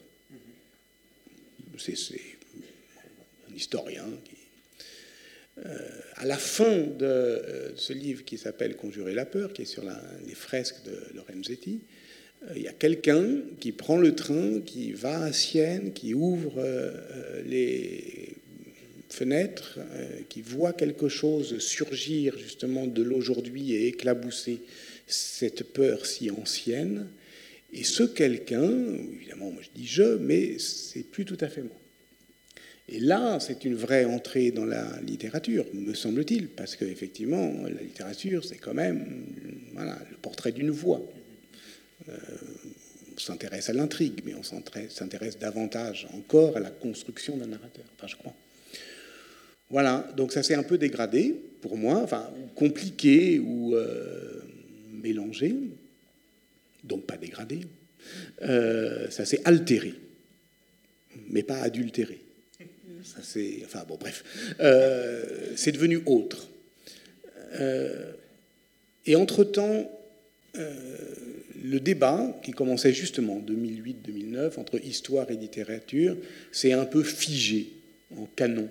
C'est... c'est historien, qui, euh, à la fin de euh, ce livre qui s'appelle Conjurer la peur, qui est sur la, les fresques de Lorenzetti, euh, il y a quelqu'un qui prend le train, qui va à Sienne, qui ouvre euh, les fenêtres, euh, qui voit quelque chose surgir justement de l'aujourd'hui et éclabousser cette peur si ancienne. Et ce quelqu'un, évidemment, moi je dis je, mais c'est plus tout à fait moi. Et là, c'est une vraie entrée dans la littérature, me semble-t-il, parce qu'effectivement, la littérature, c'est quand même voilà, le portrait d'une voix. Euh, on s'intéresse à l'intrigue, mais on s'intéresse davantage encore à la construction d'un narrateur, enfin, je crois. Voilà, donc ça s'est un peu dégradé, pour moi, enfin, compliqué ou euh, mélangé, donc pas dégradé. Euh, ça s'est altéré, mais pas adultéré. Ça, c'est, enfin bon, bref, euh, c'est devenu autre. Euh, et entre-temps, euh, le débat qui commençait justement en deux mille huit deux mille neuf entre histoire et littérature s'est un peu figé en canon,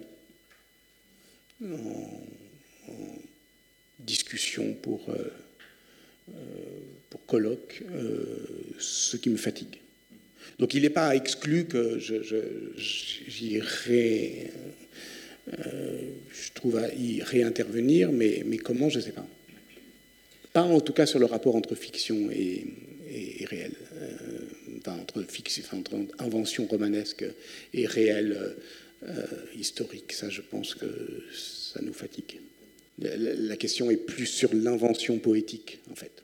en, en discussion pour, euh, pour colloque, euh, ce qui me fatigue. Donc il n'est pas exclu que je, je, j'y ré, euh, je trouve à y réintervenir, mais, mais comment, je ne sais pas. Pas en tout cas sur le rapport entre fiction et, et, et réel, euh, enfin, entre, fiction, enfin, entre invention romanesque et réel euh, historique. Ça, je pense que ça nous fatigue. La, la question est plus sur l'invention poétique, en fait.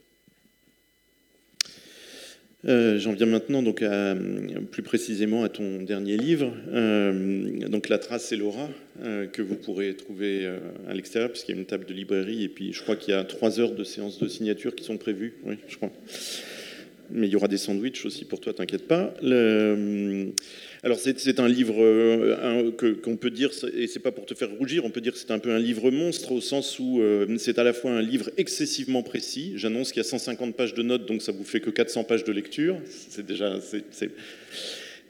Euh, j'en viens maintenant donc à, plus précisément à ton dernier livre, euh, donc La Trace et Laura, euh, que vous pourrez trouver euh, à l'extérieur, puisqu'il y a une table de librairie, et puis je crois qu'il y a trois heures de séance de signature qui sont prévues, oui, je crois. Mais il y aura des sandwichs aussi pour toi, t'inquiète pas. Le... Alors c'est, c'est un livre euh, un, que, qu'on peut dire, et c'est pas pour te faire rougir, on peut dire que c'est un peu un livre monstre au sens où euh, c'est à la fois un livre excessivement précis. J'annonce qu'il y a cent cinquante pages de notes, donc ça vous fait que quatre cents pages de lecture. C'est déjà... C'est, c'est...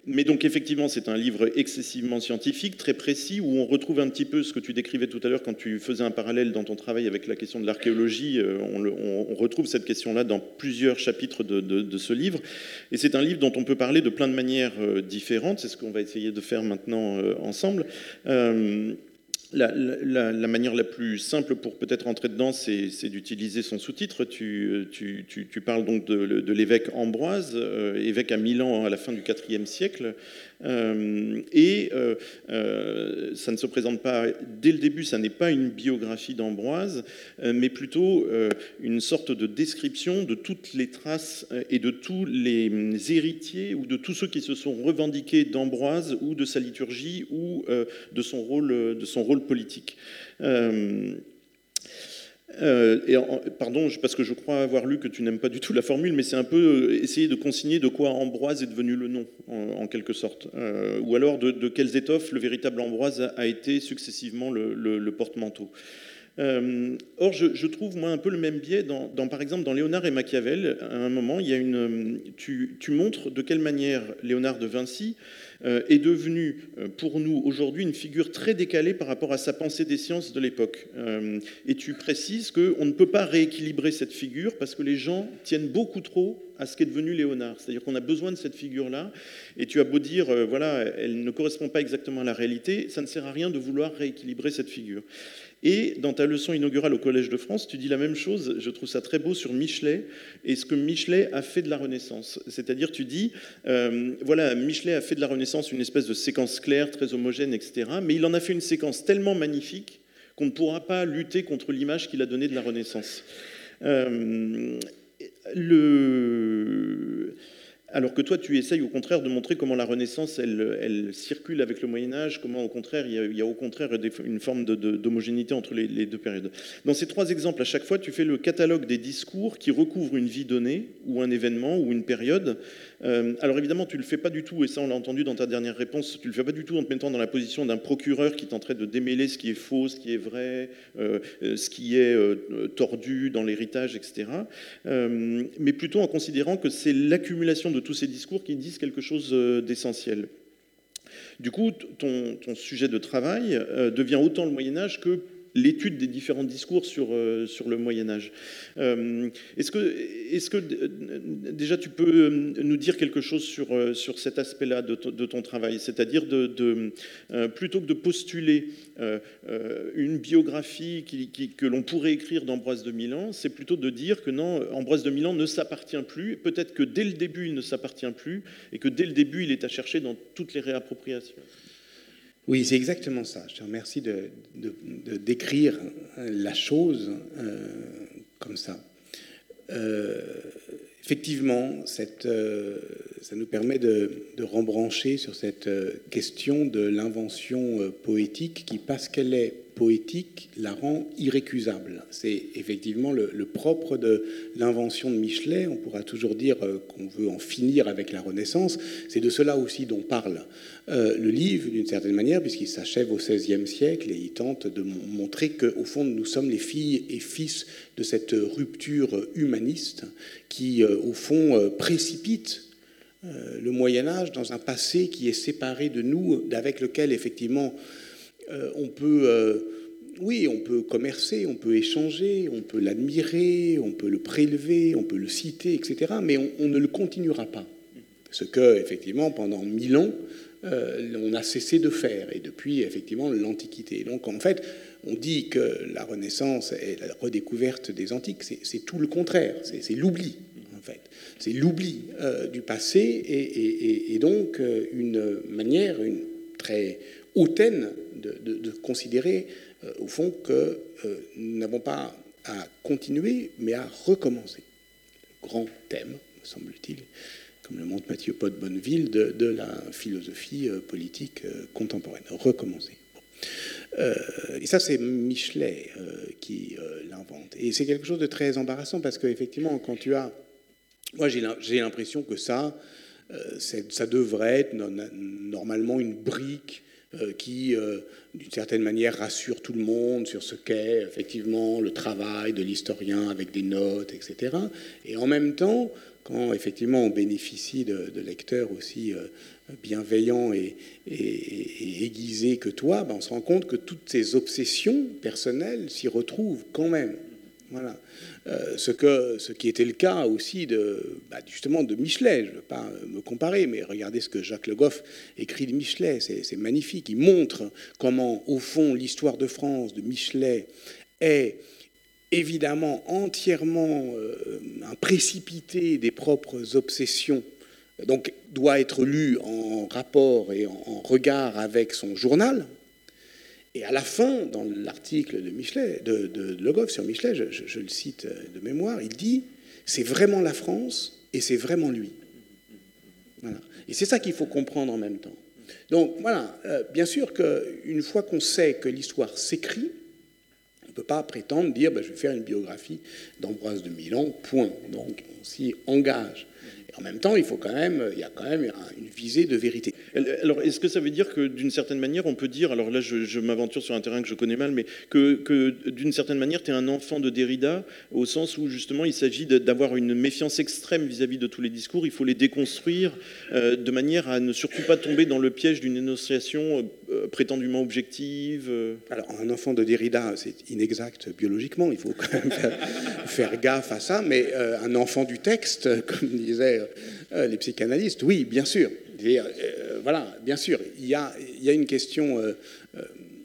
Mais donc effectivement, c'est un livre excessivement scientifique, très précis, où on retrouve un petit peu ce que tu décrivais tout à l'heure quand tu faisais un parallèle dans ton travail avec la question de l'archéologie. On, le, on retrouve cette question-là dans plusieurs chapitres de, de, de ce livre. Et c'est un livre dont on peut parler de plein de manières différentes. C'est ce qu'on va essayer de faire maintenant ensemble. Euh, La, la, la manière la plus simple pour peut-être entrer dedans, c'est, c'est d'utiliser son sous-titre. Tu, tu, tu, tu parles donc de, de l'évêque Ambroise, euh, évêque à Milan à la fin du quatrième siècle. Euh, et euh, euh, ça ne se présente pas dès le début, ça n'est pas une biographie d'Ambroise, euh, mais plutôt euh, une sorte de description de toutes les traces et de tous les héritiers ou de tous ceux qui se sont revendiqués d'Ambroise ou de sa liturgie ou euh, de son rôle, de son rôle politique. Euh, Euh, et en, pardon, parce que je crois avoir lu que tu n'aimes pas du tout la formule, mais c'est un peu essayer de consigner de quoi Ambroise est devenu le nom, en, en quelque sorte. Euh, ou alors de, de quelles étoffes le véritable Ambroise a, a été successivement le, le, le porte-manteau. Euh, or, je, je trouve, moi, un peu le même biais dans, dans, par exemple, dans Léonard et Machiavel. À un moment, il y a une, tu, tu montres de quelle manière Léonard de Vinci euh, est devenu, euh, pour nous, aujourd'hui, une figure très décalée par rapport à sa pensée des sciences de l'époque. Euh, et tu précises qu'on ne peut pas rééquilibrer cette figure parce que les gens tiennent beaucoup trop à ce qu'est devenu Léonard. C'est-à-dire qu'on a besoin de cette figure-là, et tu as beau dire, euh, voilà, elle ne correspond pas exactement à la réalité, ça ne sert à rien de vouloir rééquilibrer cette figure. Et dans ta leçon inaugurale au Collège de France, tu dis la même chose, je trouve ça très beau, sur Michelet et ce que Michelet a fait de la Renaissance. C'est-à-dire, tu dis, euh, voilà, Michelet a fait de la Renaissance une espèce de séquence claire, très homogène, et cetera, mais il en a fait une séquence tellement magnifique qu'on ne pourra pas lutter contre l'image qu'il a donnée de la Renaissance. Euh, le... Alors que toi, tu essayes au contraire de montrer comment la Renaissance, elle, elle circule avec le Moyen-Âge, comment au contraire, il y a, il y a au contraire une forme de, de, d'homogénéité entre les, les deux périodes. Dans ces trois exemples, à chaque fois, tu fais le catalogue des discours qui recouvrent une vie donnée, ou un événement, ou une période. Euh, alors évidemment, tu ne le fais pas du tout, et ça on l'a entendu dans ta dernière réponse, tu ne le fais pas du tout en te mettant dans la position d'un procureur qui tenterait de démêler ce qui est faux, ce qui est vrai, euh, ce qui est euh, tordu dans l'héritage, et cetera. Euh, mais plutôt en considérant que c'est l'accumulation de tous ces discours qui disent quelque chose d'essentiel. Du coup, ton, ton sujet de travail euh, devient autant le Moyen-Âge que l'étude des différents discours sur, euh, sur le Moyen-Âge. Euh, est-ce que, est-ce que déjà tu peux nous dire quelque chose sur, euh, sur cet aspect-là de, de ton travail, c'est-à-dire de, de, euh, plutôt que de postuler euh, une biographie qui, qui, que l'on pourrait écrire d'Ambroise de Milan, c'est plutôt de dire que non, Ambroise de Milan ne s'appartient plus, peut-être que dès le début il ne s'appartient plus, et que dès le début il est à chercher dans toutes les réappropriations. Oui, c'est exactement ça. Je te remercie de, de, de décrire la chose euh, comme ça. Euh, effectivement, cette, euh, ça nous permet de, de rembrancher sur cette question de l'invention poétique qui, parce qu'elle est poétique, la rend irrécusable. C'est effectivement le, le propre de l'invention de Michelet. On pourra toujours dire qu'on veut en finir avec la Renaissance. C'est de cela aussi dont parle euh, le livre, d'une certaine manière, puisqu'il s'achève au seizième siècle et il tente de montrer qu'au fond, nous sommes les filles et fils de cette rupture humaniste qui, euh, au fond, euh, précipite euh, le Moyen-Âge dans un passé qui est séparé de nous, avec lequel, effectivement, euh, on peut... Euh, Oui, on peut commercer, on peut échanger, on peut l'admirer, on peut le prélever, on peut le citer, et cetera. Mais on, on ne le continuera pas. Ce que, effectivement, pendant mille ans, euh, on a cessé de faire, et depuis, effectivement, l'Antiquité. Donc, en fait, on dit que la Renaissance est la redécouverte des Antiques. C'est, c'est tout le contraire. C'est, c'est l'oubli, en fait. C'est l'oubli euh, du passé, et, et, et donc euh, une manière, une très hautaine de, de, de considérer Euh, au fond que euh, nous n'avons pas à continuer, mais à recommencer. Le grand thème, me semble-t-il, comme le montre Mathieu Pot de Bonneville, de, de la philosophie euh, politique euh, contemporaine. Recommencer. Bon. Euh, et ça, c'est Michelet euh, qui euh, l'invente. Et c'est quelque chose de très embarrassant, parce qu'effectivement, quand tu as... Moi, j'ai, j'ai l'impression que ça, euh, c'est, ça devrait être non, normalement une brique Euh, qui, euh, d'une certaine manière, rassure tout le monde sur ce qu'est effectivement le travail de l'historien avec des notes, et cetera. Et en même temps, quand effectivement on bénéficie de, de lecteurs aussi euh, bienveillant et, et, et aiguisé que toi, ben on se rend compte que toutes ces obsessions personnelles s'y retrouvent quand même. Voilà. Euh, ce, que, ce qui était le cas aussi de, bah justement de Michelet. Je ne veux pas me comparer, mais regardez ce que Jacques Le Goff écrit de Michelet. C'est, c'est magnifique. Il montre comment, au fond, l'histoire de France de Michelet est évidemment entièrement euh, un précipité des propres obsessions, donc doit être lu en rapport et en, en regard avec son journal. Et à la fin, dans l'article de Michelet, de, de, de Le Goff sur Michelet, je, je, je le cite de mémoire, il dit « c'est vraiment la France et c'est vraiment lui ». Voilà. Et c'est ça qu'il faut comprendre en même temps. Donc voilà, euh, bien sûr qu'une fois qu'on sait que l'histoire s'écrit, on ne peut pas prétendre dire bah, « je vais faire une biographie d'Ambroise de Milan, point ». Donc on s'y engage. Et en même temps, il faut quand même, il y a quand même une visée de vérité. Alors, est-ce que ça veut dire que, d'une certaine manière, on peut dire, alors là, je, je m'aventure sur un terrain que je connais mal, mais que, que d'une certaine manière, tu es un enfant de Derrida, au sens où, justement, il s'agit d'avoir une méfiance extrême vis-à-vis de tous les discours, il faut les déconstruire euh, de manière à ne surtout pas tomber dans le piège d'une énonciation euh, prétendument objective euh... Alors, un enfant de Derrida, c'est inexact biologiquement, il faut quand même faire, faire gaffe à ça, mais euh, un enfant du texte, comme disaient euh, les psychanalystes, oui, bien sûr. Et, euh, voilà, bien sûr, il y a, il y a une question, euh, euh,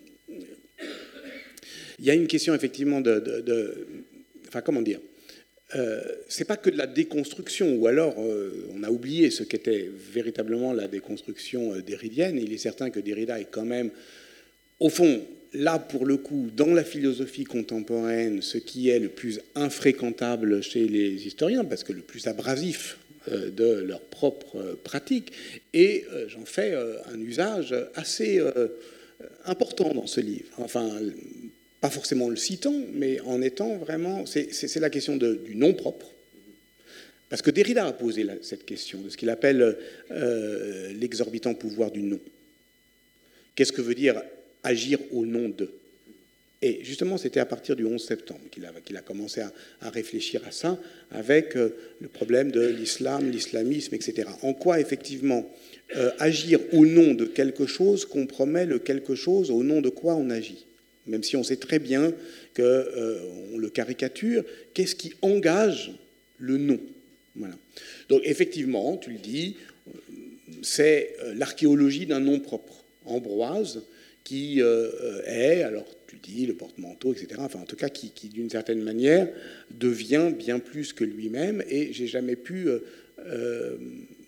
il y a une question effectivement de, de, de enfin comment dire, euh, c'est pas que de la déconstruction, ou alors euh, on a oublié ce qu'était véritablement la déconstruction euh, derridienne. Il est certain que Derrida est quand même, au fond, là pour le coup, dans la philosophie contemporaine, ce qui est le plus infréquentable chez les historiens, parce que le plus abrasif de leur propre pratique, et j'en fais un usage assez important dans ce livre. Enfin, pas forcément le citant, mais en étant vraiment... C'est, c'est, c'est la question de, du nom propre, parce que Derrida a posé la, cette question de ce qu'il appelle euh, l'exorbitant pouvoir du nom. Qu'est-ce que veut dire agir au nom de ? Et justement, c'était à partir du onze septembre qu'il a, qu'il a commencé à, à réfléchir à ça, avec euh, le problème de l'islam, l'islamisme, et cetera. En quoi, effectivement, euh, agir au nom de quelque chose compromet le quelque chose au nom de quoi on agit. Même si on sait très bien qu'on euh, le caricature, qu'est-ce qui engage le nom ? Voilà. Donc, effectivement, tu le dis, c'est l'archéologie d'un nom propre. Ambroise, qui euh, est, alors tu dis, le porte-manteau, et cetera, enfin en tout cas qui, qui d'une certaine manière devient bien plus que lui-même, et j'ai jamais pu euh, euh,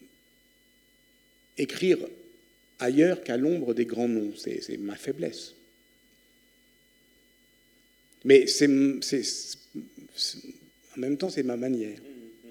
écrire ailleurs qu'à l'ombre des grands noms, c'est, c'est ma faiblesse. Mais c'est, c'est, c'est, en même temps c'est ma manière.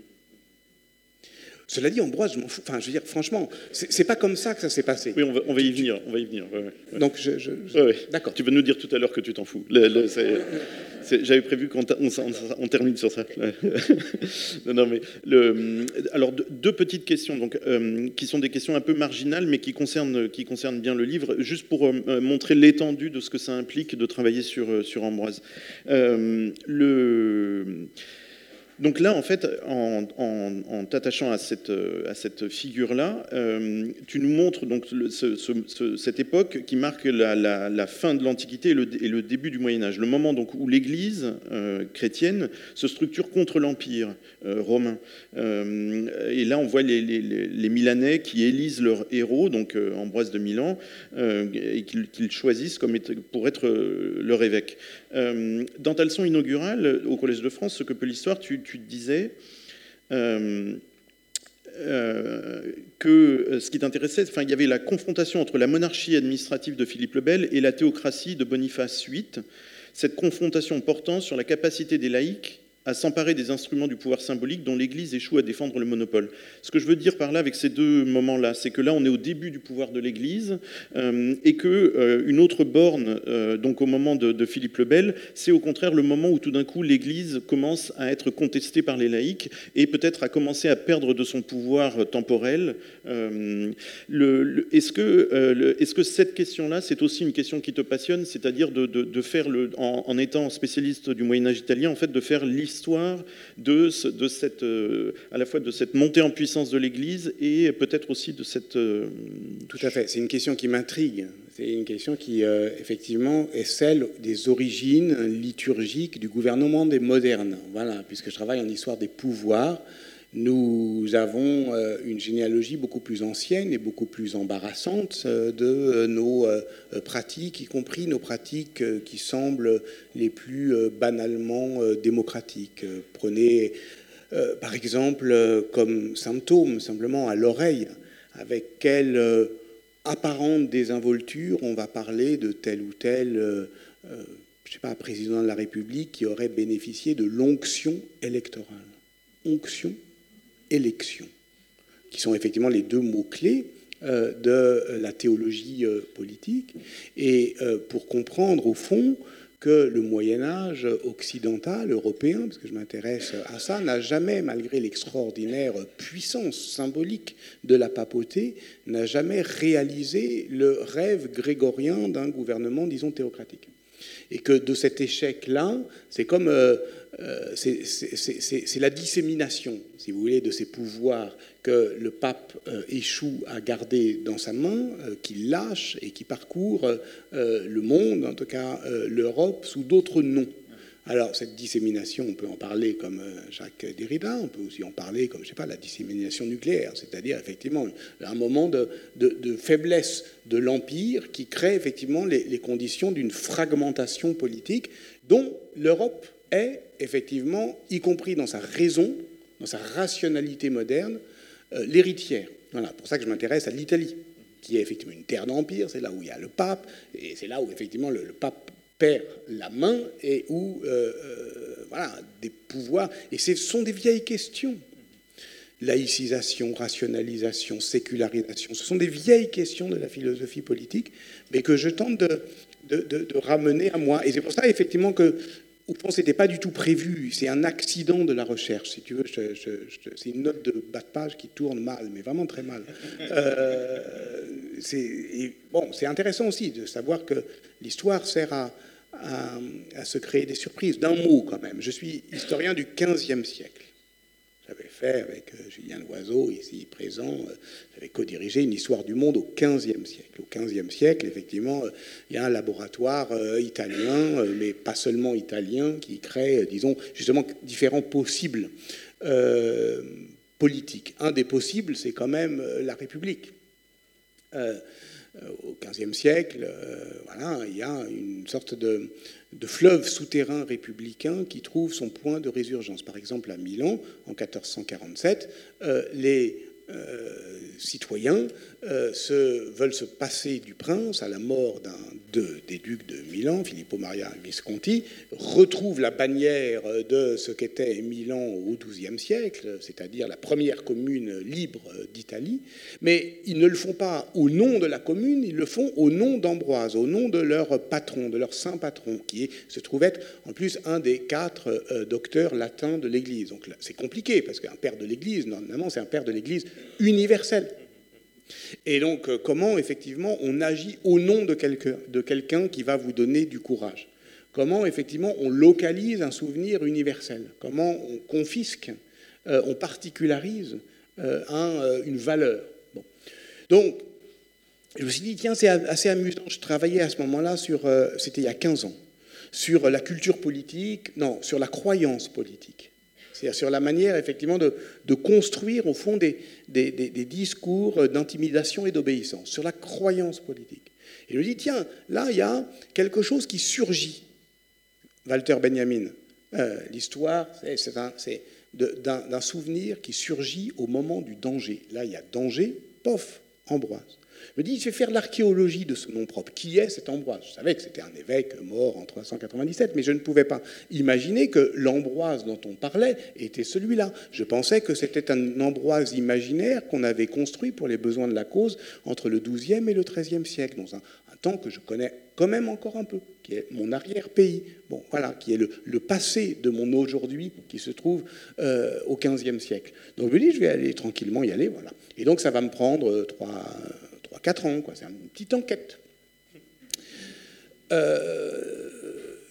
Cela dit, Ambroise, je m'en fous. Enfin, je veux dire, franchement, c'est, c'est pas comme ça que ça s'est passé. Oui, on va, on va y venir. On va y venir. Ouais, ouais. Donc, je, je, je... Ouais, ouais. D'accord. Tu vas nous dire tout à l'heure que tu t'en fous. Le, le, c'est, c'est, j'avais prévu qu'on on, on, on termine sur ça. non, non, mais le, alors deux, deux petites questions, donc euh, qui sont des questions un peu marginales, mais qui concernent, qui concernent bien le livre, juste pour euh, montrer l'étendue de ce que ça implique de travailler sur sur Ambroise. Euh, le Donc là, en fait, en, en, en t'attachant à cette, à cette figure-là, euh, tu nous montres donc le, ce, ce, cette époque qui marque la, la, la fin de l'Antiquité et le, et le début du Moyen-Âge, le moment donc où l'Église euh, chrétienne se structure contre l'Empire euh, romain. Euh, et là, on voit les, les, les Milanais qui élisent leur héros, donc euh, Ambroise de Milan, euh, et qu'ils, qu'ils choisissent comme être, pour être leur évêque. Euh, dans ta leçon inaugurale au Collège de France, ce que peut l'histoire, tu tu te disais euh, euh, que ce qui t'intéressait, enfin, il y avait la confrontation entre la monarchie administrative de Philippe le Bel et la théocratie de Boniface huit, cette confrontation portant sur la capacité des laïcs à s'emparer des instruments du pouvoir symbolique dont l'Église échoue à défendre le monopole. Ce que je veux dire par là, avec ces deux moments-là, c'est que là, on est au début du pouvoir de l'Église euh, et qu'une euh, autre borne, euh, donc au moment de, de Philippe le Bel, c'est au contraire le moment où tout d'un coup, l'Église commence à être contestée par les laïcs et peut-être à commencer à perdre de son pouvoir temporel. Euh, le, le, est-ce que, euh, le, est-ce que cette question-là, c'est aussi une question qui te passionne, c'est-à-dire de, de, de faire, le, en, en étant spécialiste du Moyen-Âge italien, en fait, de faire l'histoire l'histoire de, ce, de cette, euh, à la fois de cette montée en puissance de l'Église et peut-être aussi de cette... Euh... Tout à fait, c'est une question qui m'intrigue. C'est une question qui, euh, effectivement, est celle des origines liturgiques du gouvernement des modernes. Voilà, puisque je travaille en histoire des pouvoirs, nous avons euh, une généalogie beaucoup plus ancienne et beaucoup plus embarrassante euh, de euh, nos euh, pratiques, y compris nos pratiques euh, qui semblent les plus euh, banalement euh, démocratiques. Euh, prenez, euh, par exemple, euh, comme symptôme, simplement à l'oreille, avec quelle euh, apparente désinvolture on va parler de tel ou tel, euh, euh, je sais pas, président de la République qui aurait bénéficié de l'onction électorale. Onction élection, qui sont effectivement les deux mots-clés euh, de la théologie euh, politique, et euh, pour comprendre au fond que le Moyen-Âge occidental, européen, parce que je m'intéresse à ça, n'a jamais, malgré l'extraordinaire puissance symbolique de la papauté, n'a jamais réalisé le rêve grégorien d'un gouvernement, disons, théocratique. Et que de cet échec-là, c'est comme... Euh, Euh, c'est, c'est, c'est, c'est la dissémination, si vous voulez, de ces pouvoirs que le pape euh, échoue à garder dans sa main, euh, qu'il lâche et qui parcourt euh, le monde, en tout cas euh, l'Europe, sous d'autres noms. Alors, cette dissémination, on peut en parler comme Jacques Derrida, on peut aussi en parler comme, je sais pas, la dissémination nucléaire, c'est-à-dire, effectivement, un moment de, de, de faiblesse de l'Empire qui crée, effectivement, les, les conditions d'une fragmentation politique dont l'Europe est, effectivement, y compris dans sa raison, dans sa rationalité moderne, euh, l'héritière. Voilà, pour ça que je m'intéresse à l'Italie, qui est effectivement une terre d'empire, c'est là où il y a le pape, et c'est là où, effectivement, le, le pape perd la main, et où, euh, euh, voilà, des pouvoirs... Et ce sont des vieilles questions. Laïcisation, rationalisation, sécularisation, ce sont des vieilles questions de la philosophie politique, mais que je tente de, de, de, de ramener à moi. Et c'est pour ça, effectivement, que au fond, ce n'était pas du tout prévu. C'est un accident de la recherche, si tu veux. Je, je, je, c'est une note de bas de page qui tourne mal, mais vraiment très mal. Euh, c'est, et bon, c'est intéressant aussi de savoir que l'histoire sert à, à, à se créer des surprises. D'un mot, quand même. Je suis historien du quinzième siècle. J'avais fait avec Julien Loiseau, ici présent, j'avais co-dirigé une histoire du monde au quinzième siècle. Au quinzième siècle, effectivement, il y a un laboratoire italien, mais pas seulement italien, qui crée, disons, justement, différents possibles euh, politiques. Un des possibles, c'est quand même la République. Euh, Au quinzième siècle, euh, voilà, il y a une sorte de, de fleuve souterrain républicain qui trouve son point de résurgence. Par exemple, à Milan, en quatorze cent quarante-sept, euh, les euh, citoyens euh, se, veulent se passer du prince à la mort d'un de, des ducs de Milan, Filippo Maria Visconti, retrouvent la bannière de ce qu'était Milan au douzième siècle, c'est-à-dire la première commune libre d'Italie, mais ils ne le font pas au nom de la commune, ils le font au nom d'Ambroise, au nom de leur patron, de leur saint patron, qui est, se trouve être en plus un des quatre euh, docteurs latins de l'Église. Donc là, c'est compliqué, parce qu'un père de l'Église, normalement, c'est un père de l'Église universel. Et donc, euh, comment, effectivement, on agit au nom de quelqu'un, de quelqu'un qui va vous donner du courage? Comment, effectivement, on localise un souvenir universel? Comment on confisque, euh, on particularise euh, un, euh, une valeur? Bon. Donc, je me suis dit, tiens, c'est assez amusant. Je travaillais à ce moment-là sur, euh, c'était il y a quinze ans, sur la culture politique, non, sur la croyance politique. C'est-à-dire sur la manière, effectivement, de, de construire, au fond, des, des, des, des discours d'intimidation et d'obéissance, sur la croyance politique. Et je me dis, tiens, là, il y a quelque chose qui surgit. Walter Benjamin, euh, l'histoire, c'est, c'est, un, c'est de, d'un, d'un souvenir qui surgit au moment du danger. Là, il y a danger, pof, Ambroise. Je me dis, je vais faire l'archéologie de ce nom propre. Qui est cet Ambroise? Je savais que c'était un évêque mort en trois cent quatre-vingt-dix-sept, mais je ne pouvais pas imaginer que l'Ambroise dont on parlait était celui-là. Je pensais que c'était un Ambroise imaginaire qu'on avait construit pour les besoins de la cause entre le douzième et le treizième siècle, dans un, un temps que je connais quand même encore un peu, qui est mon arrière-pays, bon, voilà, qui est le, le passé de mon aujourd'hui, qui se trouve euh, au quinzième siècle. Donc je me dis, je vais aller tranquillement y aller, voilà. Et donc ça va me prendre trois... quatre ans, quoi. C'est une petite enquête. Euh,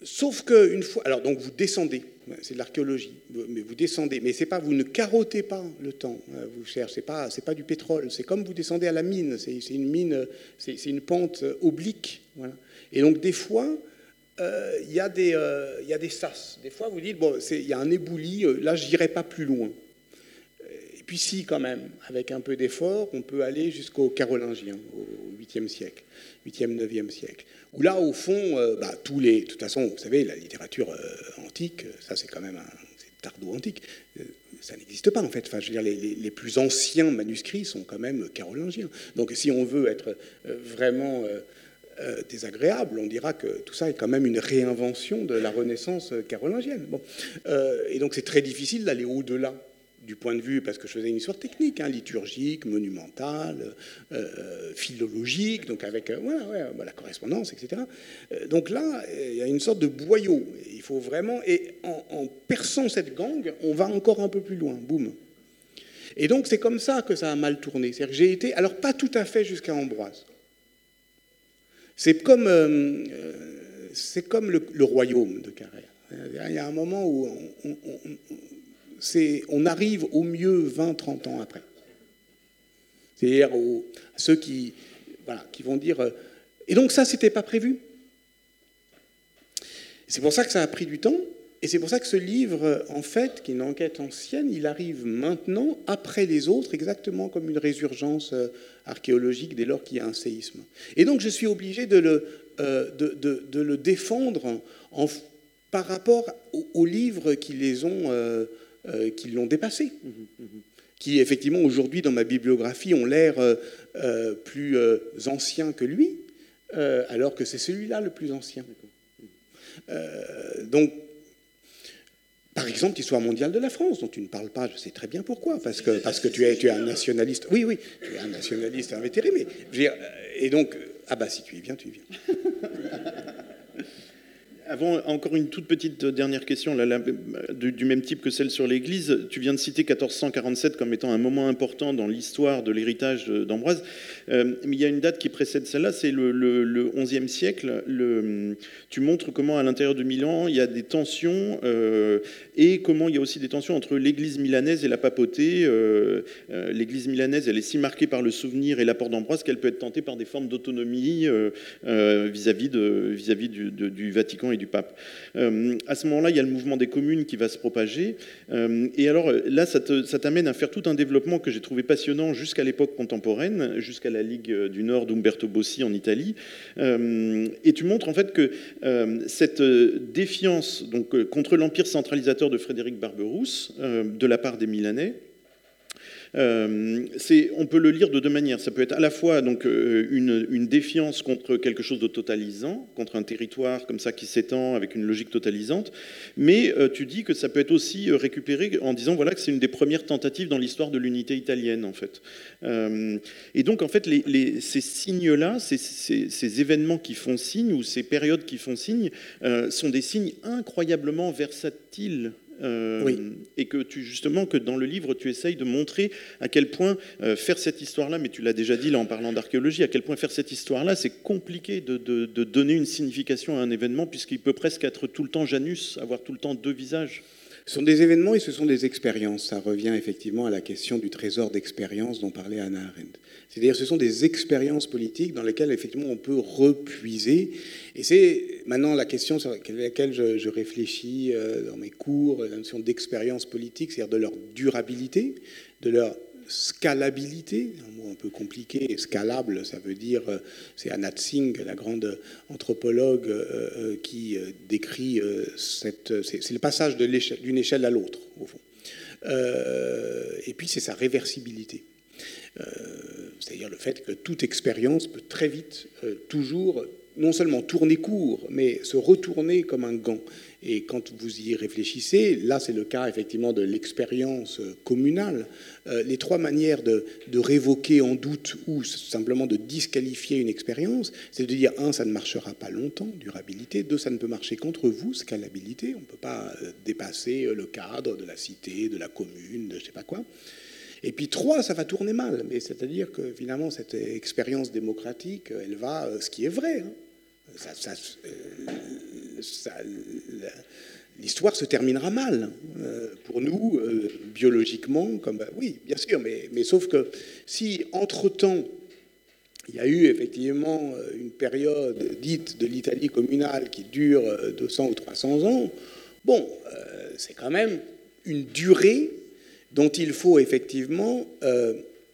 sauf qu'une fois... Alors, donc, vous descendez, c'est de l'archéologie, mais vous descendez, mais c'est pas, vous ne carottez pas le temps, vous cherchez, c'est pas, c'est pas du pétrole, c'est comme vous descendez à la mine, c'est, c'est une mine, c'est, c'est une pente oblique, voilà. Et donc, des fois... Il euh, y, euh, y a des sas. Des fois, vous dites, bon, il y a un éboulis, euh, là, je n'irai pas plus loin. Et puis si, quand même, avec un peu d'effort, on peut aller jusqu'aux Carolingiens, au huitième siècle, huitième, neuvième siècle. Où là, au fond, euh, bah, tous les... De toute façon, vous savez, la littérature euh, antique, ça, c'est quand même un... C'est tardo-antique. Euh, ça n'existe pas, en fait. Enfin, je veux dire, les, les, les plus anciens manuscrits sont quand même carolingiens. Donc, si on veut être euh, vraiment... Euh, Euh, désagréable, on dira que tout ça est quand même une réinvention de la Renaissance carolingienne. Bon. Euh, et donc c'est très difficile d'aller au-delà du point de vue, parce que je faisais une histoire technique, hein, liturgique, monumentale, euh, philologique, donc avec euh, ouais, ouais, bah, la correspondance, et cetera. Euh, donc là, il y a une sorte de boyau. Il faut vraiment, et en, en perçant cette gangue, on va encore un peu plus loin, boum. Et donc c'est comme ça que ça a mal tourné. C'est-à-dire que j'ai été, alors pas tout à fait jusqu'à Ambroise. C'est comme, euh, c'est comme le, le royaume de Carrère. Il y a un moment où on, on, on, c'est, on arrive au mieux vingt trente ans après. C'est-à-dire aux, à ceux qui, voilà, qui vont dire... Euh, et donc ça, c'était pas prévu. C'est pour ça que ça a pris du temps. Et c'est pour ça que ce livre, en fait, qui est une enquête ancienne, il arrive maintenant, après les autres, exactement comme une résurgence archéologique dès lors qu'il y a un séisme. Et donc je suis obligé de le, euh, de, de, de le défendre en, en, par rapport aux, aux livres qui les ont, euh, euh, qui l'ont dépassé, mmh, mmh. qui effectivement aujourd'hui dans ma bibliographie ont l'air euh, euh, plus euh, anciens que lui, euh, alors que c'est celui-là le plus ancien. Euh, donc Par exemple, l'histoire mondiale de la France, dont tu ne parles pas, je sais très bien pourquoi, parce que, parce que tu, es, tu es un nationaliste. Oui, oui, tu es un nationaliste invétéré, mais je veux dire, et donc, ah bah si tu y viens, tu y viens. Avant, encore une toute petite dernière question, là, là, du, du même type que celle sur l'Église. Tu viens de citer quatorze cent quarante-sept comme étant un moment important dans l'histoire de l'héritage d'Ambroise. Euh, mais il y a une date qui précède celle-là, c'est le, le, le onzième siècle. Le, tu montres comment, à l'intérieur de Milan, il y a des tensions euh, et comment il y a aussi des tensions entre l'Église milanaise et la papauté. Euh, euh, L'Église milanaise, elle est si marquée par le souvenir et l'apport d'Ambroise qu'elle peut être tentée par des formes d'autonomie euh, euh, vis-à-vis de, vis-à-vis du, de, du Vatican et du pape. Euh, à ce moment-là, il y a le mouvement des communes qui va se propager. Euh, et alors là, ça, te, ça t'amène à faire tout un développement que j'ai trouvé passionnant jusqu'à l'époque contemporaine, jusqu'à la Ligue du Nord d'Umberto Bossi en Italie. Euh, et tu montres en fait que euh, cette défiance donc, contre l'empire centralisateur de Frédéric Barberousse, euh, de la part des Milanais, Euh, c'est, on peut le lire de deux manières. Ça peut être à la fois donc, euh, une, une défiance contre quelque chose de totalisant, contre un territoire comme ça qui s'étend avec une logique totalisante, mais euh, tu dis que ça peut être aussi récupéré en disant voilà, que c'est une des premières tentatives dans l'histoire de l'unité italienne, en fait. Euh, et donc, en fait, les, les, ces signes-là, ces, ces, ces événements qui font signe, ou ces périodes qui font signe, euh, sont des signes incroyablement versatiles. Euh, oui. Et que tu, justement, que dans le livre, tu essayes de montrer à quel point euh, faire cette histoire-là, mais tu l'as déjà dit là en parlant d'archéologie, à quel point faire cette histoire-là, c'est compliqué de, de, de donner une signification à un événement, puisqu'il peut presque être tout le temps Janus, avoir tout le temps deux visages. Ce sont des événements et ce sont des expériences. Ça revient effectivement à la question du trésor d'expérience dont parlait Hannah Arendt. C'est-à-dire ce sont des expériences politiques dans lesquelles effectivement on peut repuiser. Et c'est maintenant la question sur laquelle je, je réfléchis dans mes cours, la notion d'expérience politique, c'est-à-dire de leur durabilité, de leur scalabilité, un mot un peu compliqué, scalable, ça veut dire, c'est Anna Tsing, la grande anthropologue, euh, qui décrit euh, cette, c'est, c'est le passage de l'échelle, d'une échelle à l'autre, au fond. Euh, et puis c'est sa réversibilité. Euh, c'est-à-dire le fait que toute expérience peut très vite, euh, toujours, non seulement tourner court, mais se retourner comme un gant. Et quand vous y réfléchissez, là c'est le cas effectivement de l'expérience communale, euh, les trois manières de, de révoquer en doute ou simplement de disqualifier une expérience, c'est de dire, un, ça ne marchera pas longtemps, durabilité, deux, ça ne peut marcher qu'entre vous, scalabilité, on ne peut pas dépasser le cadre de la cité, de la commune, de je ne sais pas quoi. Et puis trois, ça va tourner mal, mais c'est-à-dire que finalement cette expérience démocratique, elle va, ce qui est vrai, hein, ça, ça, euh, ça, l'histoire se terminera mal. Euh, pour nous, euh, biologiquement, comme, bah, oui, bien sûr, mais, mais sauf que si, entre-temps, il y a eu effectivement une période dite de l'Italie communale qui dure deux cents ou trois cents ans, bon, euh, c'est quand même une durée dont il faut effectivement euh,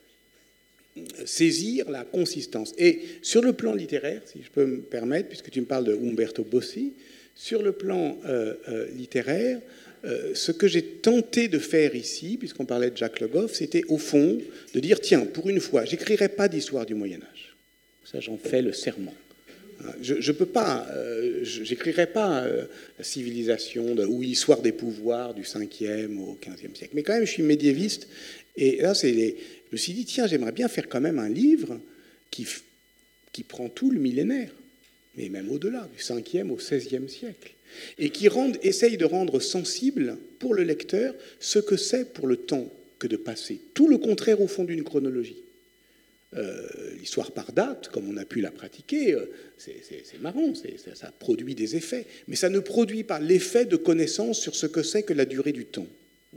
saisir la consistance. Et sur le plan littéraire, si je peux me permettre, puisque tu me parles de Umberto Bossi, sur le plan euh, euh, littéraire, euh, ce que j'ai tenté de faire ici, puisqu'on parlait de Jacques Le Goff, c'était au fond de dire, tiens, pour une fois, j'écrirai pas d'histoire du Moyen-Âge. Ça, j'en fais le serment. Je ne peux pas, euh, j'écrirai pas euh, la civilisation de, ou l'histoire des pouvoirs du cinquième au quinzième siècle. Mais quand même, je suis médiéviste. Et là, c'est les, je me suis dit, tiens, j'aimerais bien faire quand même un livre qui, qui prend tout le millénaire, mais même au-delà, du cinquième au seizième siècle, et qui rende, essaye de rendre sensible pour le lecteur ce que c'est pour le temps que de passer. Tout le contraire, au fond, d'une chronologie. Euh, l'histoire par date, comme on a pu la pratiquer, euh, c'est, c'est, c'est marrant, c'est, ça, ça produit des effets, mais ça ne produit pas l'effet de connaissance sur ce que c'est que la durée du temps.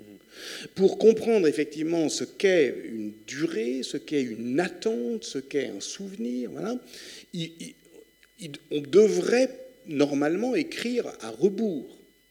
Pour comprendre effectivement ce qu'est une durée, ce qu'est une attente, ce qu'est un souvenir, voilà, il, il, on devrait normalement écrire à rebours.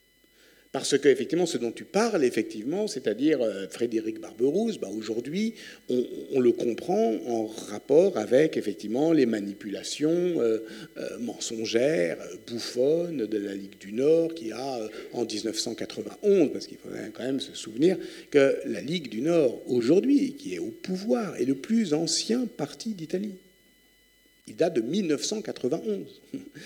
Parce que, effectivement, ce dont tu parles, effectivement, c'est-à-dire euh, Frédéric Barberousse, bah, aujourd'hui, on, on le comprend en rapport avec, effectivement, les manipulations euh, euh, mensongères, bouffonnes de la Ligue du Nord, qui a, euh, en dix-neuf cent quatre-vingt-onze, parce qu'il faut quand même se souvenir que la Ligue du Nord, aujourd'hui, qui est au pouvoir, est le plus ancien parti d'Italie. Il date de mille neuf cent quatre-vingt-onze.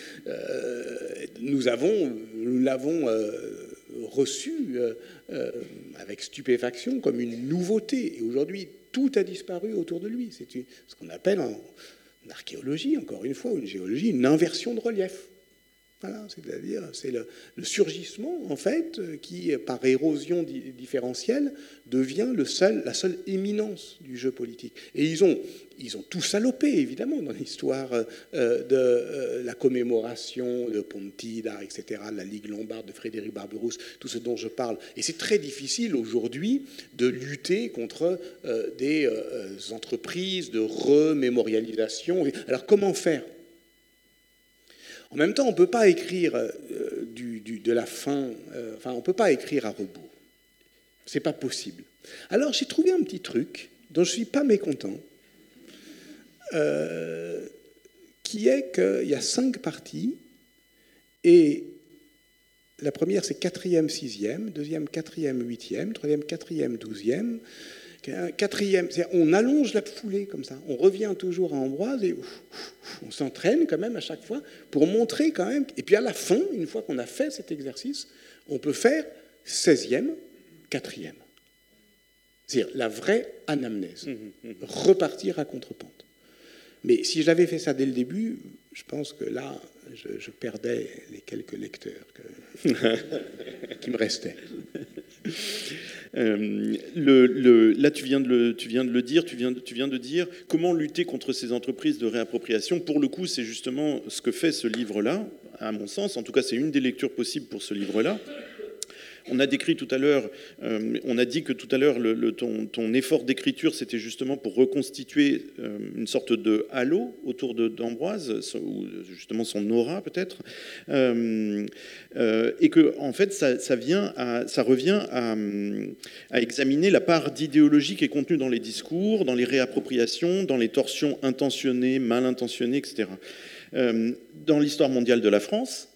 Euh, nous avons, nous l'avons euh, reçu euh, euh, avec stupéfaction comme une nouveauté. Et aujourd'hui, tout a disparu autour de lui. C'est une, ce qu'on appelle en, en archéologie, encore une fois, ou une géologie, une inversion de relief. Voilà, c'est-à-dire, c'est le, le surgissement, en fait, qui, par érosion di- différentielle, devient le seul, la seule éminence du jeu politique. Et ils ont, ils ont tout salopé, évidemment, dans l'histoire euh, de euh, la commémoration de Pontida, et cetera, de la Ligue lombarde de Frédéric Barberousse, tout ce dont je parle. Et c'est très difficile, aujourd'hui, de lutter contre euh, des euh, entreprises de remémorialisation. Alors, comment faire ? En même temps, on ne peut pas écrire euh, du, du, de la fin, euh, enfin, on ne peut pas écrire à rebours. Ce n'est pas possible. Alors, j'ai trouvé un petit truc dont je ne suis pas mécontent, euh, qui est qu'il y a cinq parties, et la première, c'est quatrième, sixième, deuxième, quatrième, huitième, troisième, quatrième, douzième, quatrième, on allonge la foulée comme ça, on revient toujours à Ambroise et ouf, ouf, on s'entraîne quand même à chaque fois pour montrer quand même. Et puis à la fin, une fois qu'on a fait cet exercice, on peut faire seizième, quatrième. C'est-à-dire la vraie anamnèse, repartir à contre-pente. Mais si j'avais fait ça dès le début, je pense que là, je, je perdais les quelques lecteurs que, qui me restaient. Euh, le, le, là, tu viens, de le, tu viens de le dire, tu viens de, tu viens de dire comment lutter contre ces entreprises de réappropriation. Pour le coup, c'est justement ce que fait ce livre-là, à mon sens. En tout cas, c'est une des lectures possibles pour ce livre-là. On a décrit tout à l'heure, euh, on a dit que tout à l'heure, le, le, ton, ton effort d'écriture, c'était justement pour reconstituer euh, une sorte de halo autour de, d'Ambroise, ou justement son aura peut-être, euh, euh, et que en fait, ça, ça, vient à, ça revient à, à examiner la part d'idéologie qui est contenue dans les discours, dans les réappropriations, dans les torsions intentionnées, mal intentionnées, et cetera. Euh, dans l'histoire mondiale de la France,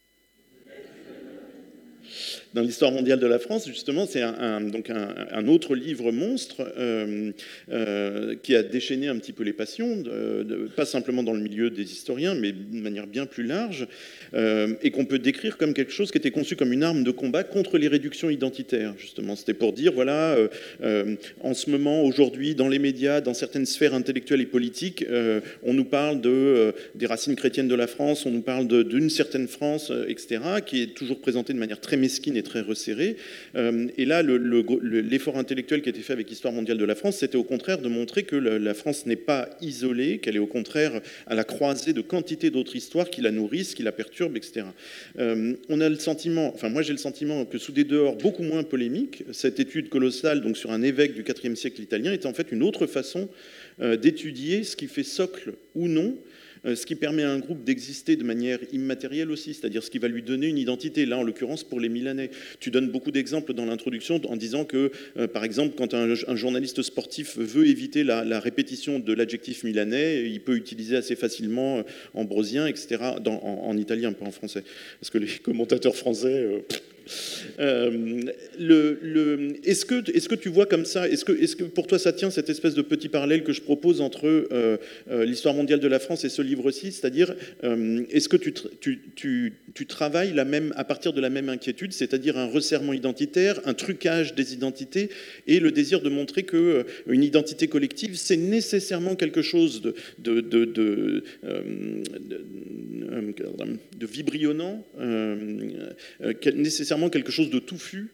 Dans l'histoire mondiale de la France, justement, c'est un, un, donc un, un autre livre monstre euh, euh, qui a déchaîné un petit peu les passions, de, de, pas simplement dans le milieu des historiens, mais de manière bien plus large, euh, et qu'on peut décrire comme quelque chose qui était conçu comme une arme de combat contre les réductions identitaires, justement. C'était pour dire, voilà, euh, euh, en ce moment, aujourd'hui, dans les médias, dans certaines sphères intellectuelles et politiques, euh, on nous parle de, euh, des racines chrétiennes de la France, on nous parle de, d'une certaine France, euh, et cetera, qui est toujours présentée de manière très mesquine et est très resserré. Euh, et là, le, le, l'effort intellectuel qui a été fait avec Histoire mondiale de la France, c'était au contraire de montrer que la, la France n'est pas isolée, qu'elle est au contraire à la croisée de quantité d'autres histoires qui la nourrissent, qui la perturbent, et cetera. Euh, on a le sentiment, enfin moi j'ai le sentiment que sous des dehors beaucoup moins polémiques, cette étude colossale donc sur un évêque du quatrième siècle italien est en fait une autre façon euh, d'étudier ce qui fait socle ou non, ce qui permet à un groupe d'exister de manière immatérielle aussi, c'est-à-dire ce qui va lui donner une identité. Là, en l'occurrence, pour les Milanais. Tu donnes beaucoup d'exemples dans l'introduction en disant que, euh, par exemple, quand un, un journaliste sportif veut éviter la, la répétition de l'adjectif milanais, il peut utiliser assez facilement euh, ambrosien, et cetera, dans, en, en italien, pas en français. Parce que les commentateurs français... Euh, Euh, le, le, est-ce que, est-ce que tu vois comme ça, est-ce que, est-ce que pour toi ça tient cette espèce de petit parallèle que je propose entre euh, euh, l'histoire mondiale de la France et ce livre-ci, c'est-à-dire euh, est-ce que tu, tu, tu, tu travailles la même, à partir de la même inquiétude, c'est-à-dire un resserrement identitaire, un trucage des identités et le désir de montrer que une identité collective c'est nécessairement quelque chose de, de, de, de, euh, de, de vibrionnant, euh, euh, nécessairement quelque chose de touffu.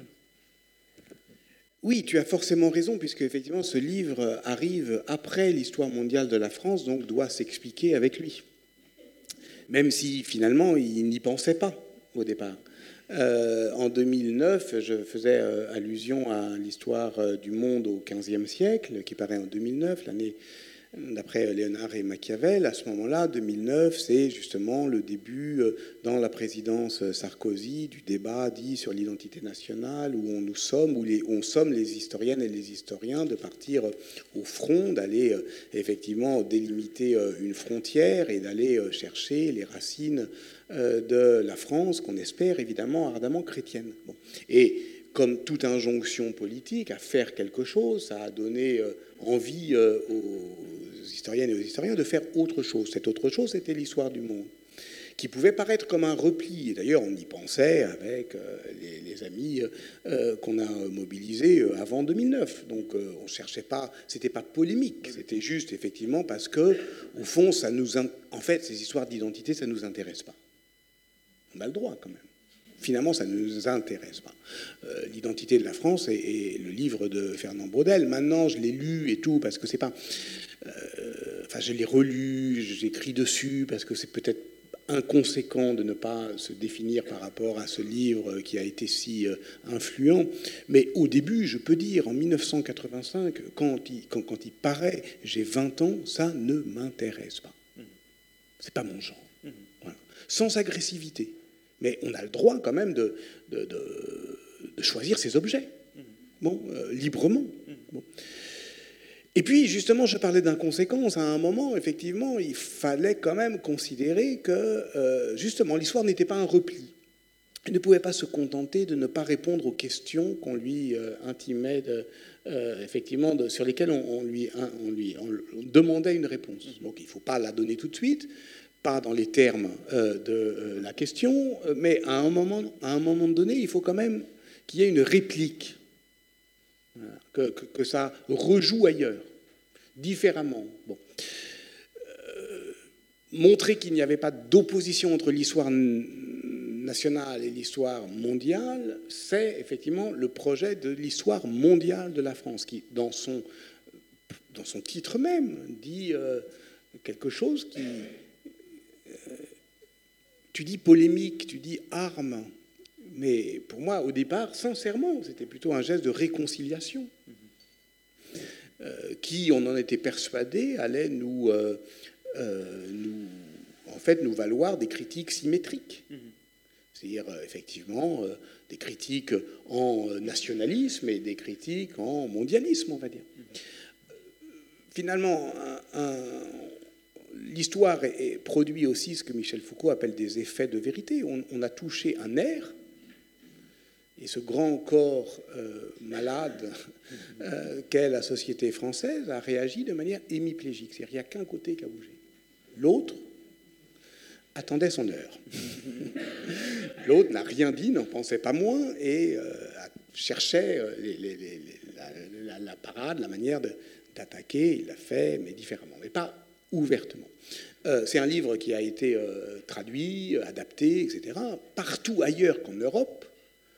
Oui, tu as forcément raison, puisque effectivement ce livre arrive après l'histoire mondiale de la France, donc doit s'expliquer avec lui. Même si finalement il n'y pensait pas au départ. Euh, en deux mille neuf, je faisais euh, allusion à l'histoire euh, du monde au quinzième siècle, qui paraît en deux mille neuf, l'année d'après Léonard et Machiavel. À ce moment-là, deux mille neuf, c'est justement le début, dans la présidence Sarkozy, du débat dit sur l'identité nationale, où on nous sommes, où, les, où on somme les historiennes et les historiens de partir au front, d'aller effectivement délimiter une frontière et d'aller chercher les racines de la France, qu'on espère évidemment ardemment chrétienne. Bon. Et comme toute injonction politique à faire quelque chose, ça a donné envie aux historiennes et aux historiens de faire autre chose. Cette autre chose, c'était l'histoire du monde, qui pouvait paraître comme un repli. Et d'ailleurs, on y pensait avec les, les amis euh, qu'on a mobilisés avant deux mille neuf. Donc, euh, on cherchait pas, c'était pas polémique, c'était juste effectivement parce que, au fond, ça nous, en fait, ces histoires d'identité, ça nous intéresse pas. On a le droit quand même. Finalement, ça ne nous intéresse pas. Euh, L'identité de la France et, et le livre de Fernand Braudel. Maintenant, je l'ai lu et tout parce que c'est pas. Euh, enfin, je l'ai relu, j'écris dessus parce que c'est peut-être inconséquent de ne pas se définir par rapport à ce livre qui a été si euh, influent. Mais au début, je peux dire, en mille neuf cent quatre-vingt-cinq, quand il, quand, quand il paraît, j'ai vingt ans, ça ne m'intéresse pas. C'est pas mon genre. Voilà. Sans agressivité. Mais on a le droit quand même de, de, de, de choisir ses objets, bon, euh, librement. Bon. Et puis, justement, je parlais d'inconséquence. À un moment, effectivement, il fallait quand même considérer que, euh, justement, l'histoire n'était pas un repli. Il ne pouvait pas se contenter de ne pas répondre aux questions qu'on lui euh, intimait, de, euh, effectivement, de, sur lesquelles on, on, lui, hein, on, lui, on demandait une réponse. Donc, il ne faut pas la donner tout de suite, pas dans les termes euh, de euh, la question, mais à un moment, à un moment donné, il faut quand même qu'il y ait une réplique, voilà, que, que, que ça rejoue ailleurs, différemment. Bon. Euh, montrer qu'il n'y avait pas d'opposition entre l'histoire nationale et l'histoire mondiale, c'est effectivement le projet de l'histoire mondiale de la France, qui, dans son, dans son titre même, dit euh, quelque chose qui... Tu dis polémique, tu dis arme, mais pour moi, au départ, sincèrement, c'était plutôt un geste de réconciliation euh, qui, on en était persuadé, allait nous, euh, euh, nous, en fait, nous valoir des critiques symétriques. C'est-à-dire, euh, effectivement, euh, des critiques en nationalisme et des critiques en mondialisme, on va dire. Finalement, un... un l'histoire est produit aussi ce que Michel Foucault appelle des effets de vérité. On, on a touché un nerf, et ce grand corps euh, malade euh, qu'est la société française a réagi de manière hémiplégique. C'est-à-dire qu'il n'y a qu'un côté qui a bougé. L'autre attendait son heure. L'autre n'a rien dit, n'en pensait pas moins, et euh, cherchait les, les, les, la, la, la parade, la manière de, d'attaquer. Il l'a fait, mais différemment, mais pas ouvertement. Euh, c'est un livre qui a été euh, traduit, adapté, et cetera, partout ailleurs qu'en Europe,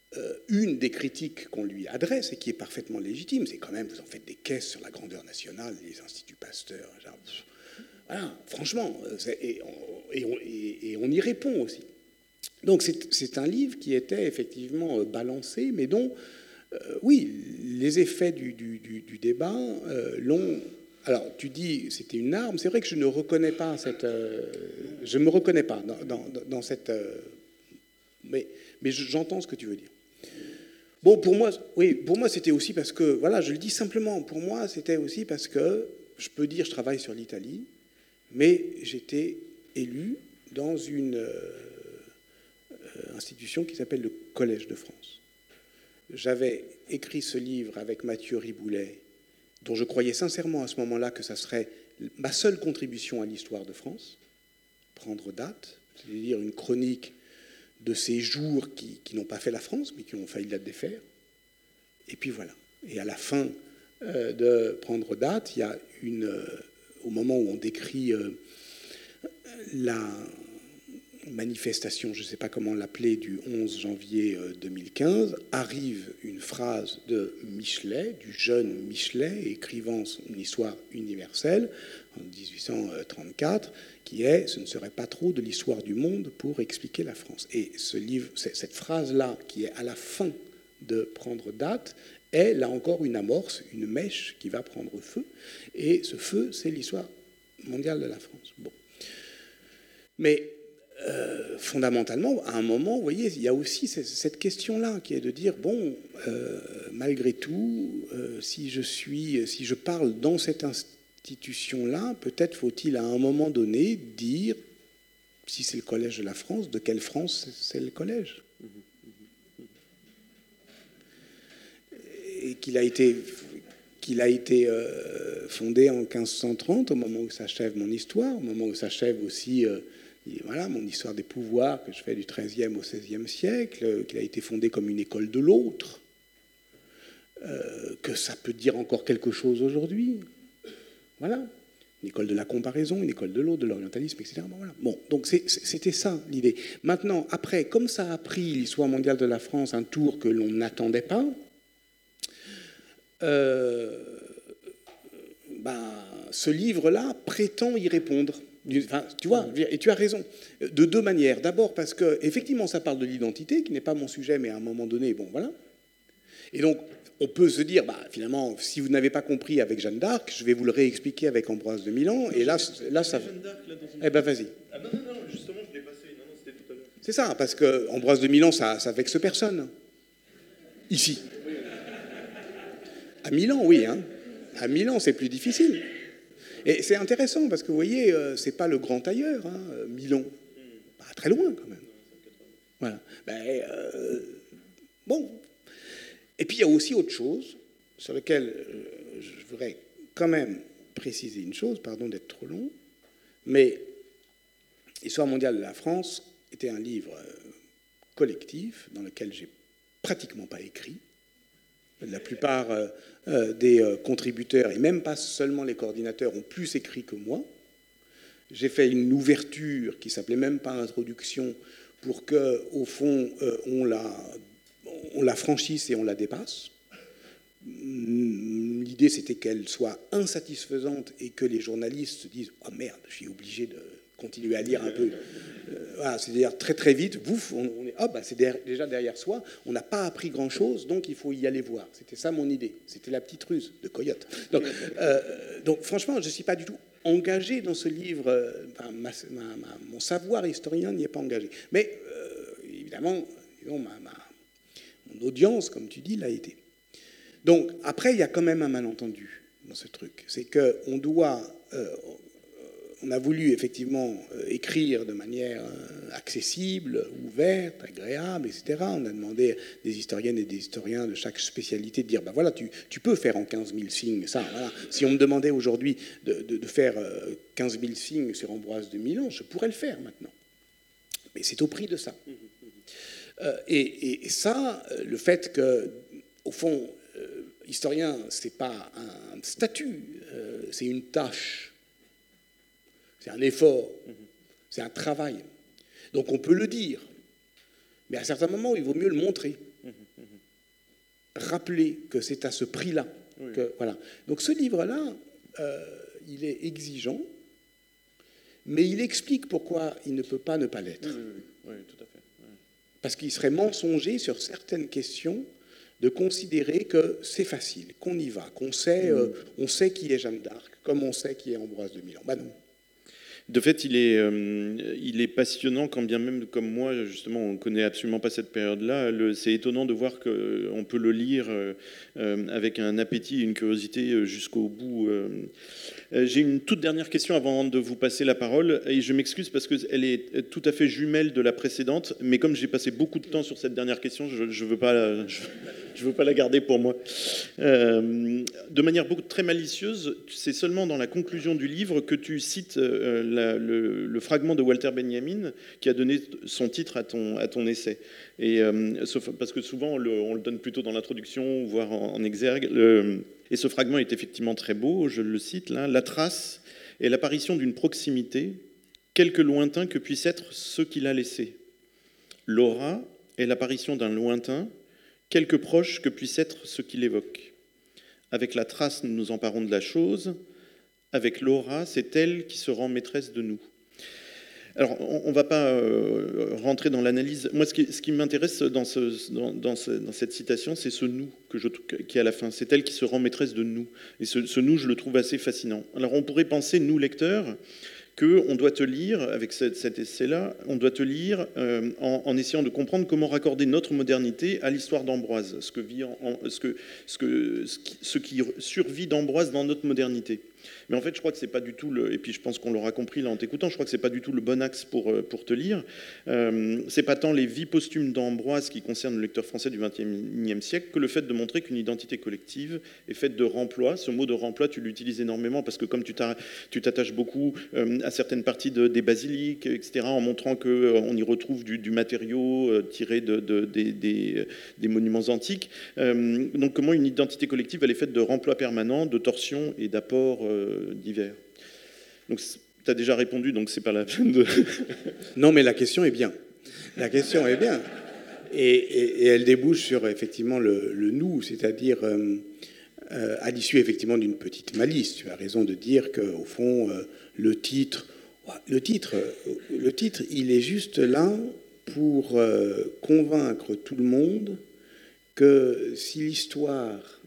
euh, une des critiques qu'on lui adresse, et qui est parfaitement légitime, c'est quand même, vous en faites des caisses sur la grandeur nationale, les instituts Pasteur, genre, voilà, franchement, et on, et, on, et on y répond aussi. Donc c'est un livre qui était effectivement balancé, mais dont, euh, oui, les effets du, du, du, du débat euh, l'ont... Alors, tu dis c'était une arme, c'est vrai que je ne reconnais pas cette... Euh, je ne me reconnais pas dans, dans, dans cette... Euh, mais mais j'entends ce que tu veux dire. Bon, pour moi, oui, pour moi c'était aussi parce que, voilà, je le dis simplement, pour moi c'était aussi parce que, je peux dire je travaille sur l'Italie, mais j'étais élu dans une... Euh, institution qui s'appelle le Collège de France. J'avais écrit ce livre avec Mathieu Riboulet, dont je croyais sincèrement à ce moment-là que ça serait ma seule contribution à l'histoire de France, prendre date, c'est-à-dire une chronique de ces jours qui, qui n'ont pas fait la France, mais qui ont failli la défaire. Et puis voilà. Et à la fin euh, de prendre date, il y a une, euh, au moment où on décrit euh, la... manifestation, je ne sais pas comment l'appeler, du onze janvier deux mille quinze, arrive une phrase de Michelet, du jeune Michelet, écrivant une histoire universelle en dix-huit cent trente-quatre, qui est « Ce ne serait pas trop de l'histoire du monde pour expliquer la France ». Et ce livre, cette phrase-là, qui est à la fin de prendre date, est là encore une amorce, une mèche qui va prendre feu. Et ce feu, c'est l'histoire mondiale de la France. Bon. Mais Euh, fondamentalement, à un moment, vous voyez, il y a aussi cette question-là qui est de dire bon, euh, malgré tout, euh, si je suis, si je parle dans cette institution-là, peut-être faut-il à un moment donné dire, si c'est le Collège de la France, de quelle France c'est le collège, et qu'il a été qu'il a été euh, fondé en quinze cent trente, au moment où s'achève mon histoire, au moment où s'achève aussi euh, Et voilà, mon histoire des pouvoirs que je fais du treizième au seizième siècle, qu'il a été fondé comme une école de l'autre, euh, que ça peut dire encore quelque chose aujourd'hui. Voilà, une école de la comparaison, une école de l'autre, de l'orientalisme, et cetera. Bon, voilà. Bon, donc c'était ça l'idée. Maintenant, après, comme ça a pris l'histoire mondiale de la France un tour que l'on n'attendait pas, euh, ben, ce livre-là prétend y répondre. Enfin, tu vois, et tu as raison, de deux manières. D'abord parce que, effectivement, ça parle de l'identité, qui n'est pas mon sujet, mais à un moment donné, bon, voilà. Et donc, on peut se dire, bah, finalement, si vous n'avez pas compris avec Jeanne d'Arc, je vais vous le réexpliquer avec Ambroise de Milan, et là, là ça... Jeanne d'Arc, là, dans une... Eh ben, vas-y. Ah non, non, non, justement, je l'ai passé. Non, non, c'était tout à l'heure. C'est ça, parce que Ambroise de Milan, ça, ça vexe personne. Ici. À Milan, oui, hein. À Milan, c'est plus difficile. Et c'est intéressant parce que vous voyez, euh, c'est pas le grand tailleur, hein, Milan, pas très loin quand même. Voilà. Ben, euh, bon. Et puis il y a aussi autre chose sur laquelle euh, je voudrais quand même préciser une chose, pardon d'être trop long, mais l'Histoire mondiale de la France était un livre euh, collectif dans lequel j'ai pratiquement pas écrit. La plupart euh, euh, des euh, contributeurs, et même pas seulement les coordinateurs, ont plus écrit que moi. J'ai fait une ouverture qui s'appelait même pas introduction pour que, au fond, euh, on, la, on la franchisse et on la dépasse. L'idée, c'était qu'elle soit insatisfaisante et que les journalistes se disent « Oh merde, je suis obligé de continuer à lire un peu. » Voilà, c'est-à-dire très très vite, bouf, on, on est, oh, bah, c'est derrière, déjà derrière soi, on n'a pas appris grand-chose, donc il faut y aller voir. C'était ça mon idée, c'était la petite ruse de Coyote. Donc, euh, donc franchement, je ne suis pas du tout engagé dans ce livre, euh, enfin, ma, ma, ma, mon savoir historien n'y est pas engagé. Mais euh, évidemment, disons, ma, ma, mon audience, comme tu dis, l'a été. Donc après, il y a quand même un malentendu dans ce truc. C'est qu'on doit... Euh, on a voulu effectivement écrire de manière accessible, ouverte, agréable, et cetera. On a demandé des historiennes et des historiens de chaque spécialité de dire, ben voilà, tu, tu peux faire en quinze mille signes ça. Voilà. Si on me demandait aujourd'hui de, de, de faire quinze mille signes sur Ambroise de Milan, je pourrais le faire maintenant. Mais c'est au prix de ça. Euh, et, et, et ça, le fait que, au fond, euh, historien, c'est pas un statut, euh, c'est une tâche. C'est un effort, c'est un travail. Donc on peut le dire, mais à certains moments, il vaut mieux le montrer. mmh, mmh. Rappeler que c'est à ce prix-là. Oui. Que, voilà. Donc ce livre-là, euh, il est exigeant, mais il explique pourquoi il ne peut pas ne pas l'être. Oui, oui, oui, oui, tout à fait. Oui. Parce qu'il serait mensonger sur certaines questions de considérer que c'est facile, qu'on y va, qu'on sait, euh, on sait qui est Jeanne d'Arc, comme on sait qui est Ambroise de Milan. Ben non. De fait, il est, euh, il est passionnant, quand bien même, comme moi, justement, on ne connaît absolument pas cette période-là. Le, c'est étonnant de voir qu'on peut le lire euh, avec un appétit et une curiosité jusqu'au bout. Euh, J'ai une toute dernière question avant de vous passer la parole, et je m'excuse parce qu'elle est tout à fait jumelle de la précédente, mais comme j'ai passé beaucoup de temps sur cette dernière question, je ne veux pas la, je, je veux pas la garder pour moi. Euh, de manière beaucoup, très malicieuse, c'est seulement dans la conclusion du livre que tu cites euh, la, le, le fragment de Walter Benjamin qui a donné son titre à ton, à ton essai. Et, euh, sauf, parce que souvent, on le, on le donne plutôt dans l'introduction, voire en, en exergue. Le, et ce fragment est effectivement très beau, je le cite là. La trace est l'apparition d'une proximité, quelque lointain que puisse être ce qu'il a laissé. L'aura est l'apparition d'un lointain, quelque proche que puisse être ce qu'il évoque. Avec la trace, nous nous emparons de la chose. Avec l'aura, c'est elle qui se rend maîtresse de nous. Alors, on ne va pas euh, rentrer dans l'analyse. Moi, ce qui, ce qui m'intéresse dans, ce, dans, dans, ce, dans cette citation, c'est ce « nous » que je, qui est à la fin. C'est elle qui se rend maîtresse de nous. Et ce, ce « nous », je le trouve assez fascinant. Alors, on pourrait penser, nous, lecteurs, qu'on doit te lire, avec cet, cet essai-là, on doit te lire euh, en, en essayant de comprendre comment raccorder notre modernité à l'histoire d'Ambroise, ce, que vit en, en, ce, que, ce, que, ce, qui, ce qui survit d'Ambroise dans notre modernité. Mais en fait, je crois que c'est pas du tout le, et puis je pense qu'on l'aura compris là en t'écoutant, je crois que c'est pas du tout le bon axe pour, pour te lire. Euh, c'est pas tant les vies posthumes d'Ambroise qui concernent le lecteur français du vingt et unième siècle que le fait de montrer qu'une identité collective est faite de remploi. Ce mot de remploi, tu l'utilises énormément parce que comme tu t'attaches beaucoup euh, à certaines parties de, des basiliques, et cetera, en montrant qu'on euh, y retrouve du, du matériau euh, tiré de, de, de, des, des monuments antiques. Euh, donc comment une identité collective, elle est faite de remploi permanent, de torsions et d'apports euh, divers. Donc, tu as déjà répondu, donc c'est pas la peine de... Non, mais la question est bien. La question est bien. Et, et, et elle débouche sur, effectivement, le, le nous, c'est-à-dire, euh, euh, à l'issue, effectivement, d'une petite malice. Tu as raison de dire qu'au fond, euh, le titre, le titre, le titre, il est juste là pour euh, convaincre tout le monde que si l'histoire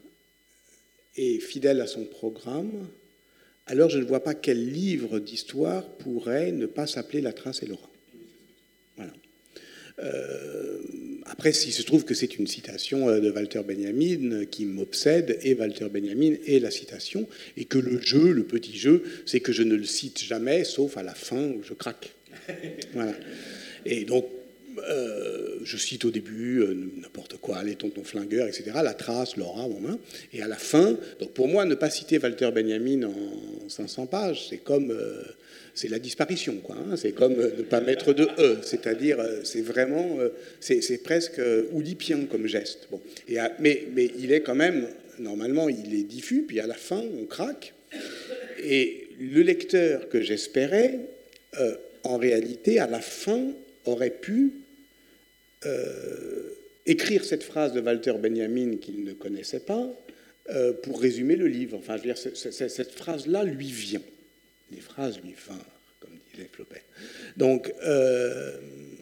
est fidèle à son programme, alors je ne vois pas quel livre d'histoire pourrait ne pas s'appeler La Trace et l'aura. Voilà. Euh, après, s'il se trouve que c'est une citation de Walter Benjamin qui m'obsède, et Walter Benjamin et la citation, et que le jeu, le petit jeu, c'est que je ne le cite jamais, sauf à la fin où je craque. Voilà. Et donc, Euh, je cite au début euh, n'importe quoi, les tontons flingueurs, et cetera, La Trace, l'aura, bon, hein, et à la fin, donc pour moi, ne pas citer Walter Benjamin en cinq cents pages, c'est comme, euh, c'est la disparition, quoi, hein, c'est comme euh, ne pas mettre de E, c'est-à-dire, euh, c'est vraiment, euh, c'est, c'est presque euh, oudipien comme geste. Bon, et à, mais, mais il est quand même, normalement, il est diffus, puis à la fin, on craque, et le lecteur que j'espérais, euh, en réalité, à la fin, aurait pu euh, écrire cette phrase de Walter Benjamin qu'il ne connaissait pas euh, pour résumer le livre. Enfin, je veux dire, c'est, c'est, cette phrase-là lui vient. Les phrases lui vinrent, comme disait Flaubert. Donc, euh,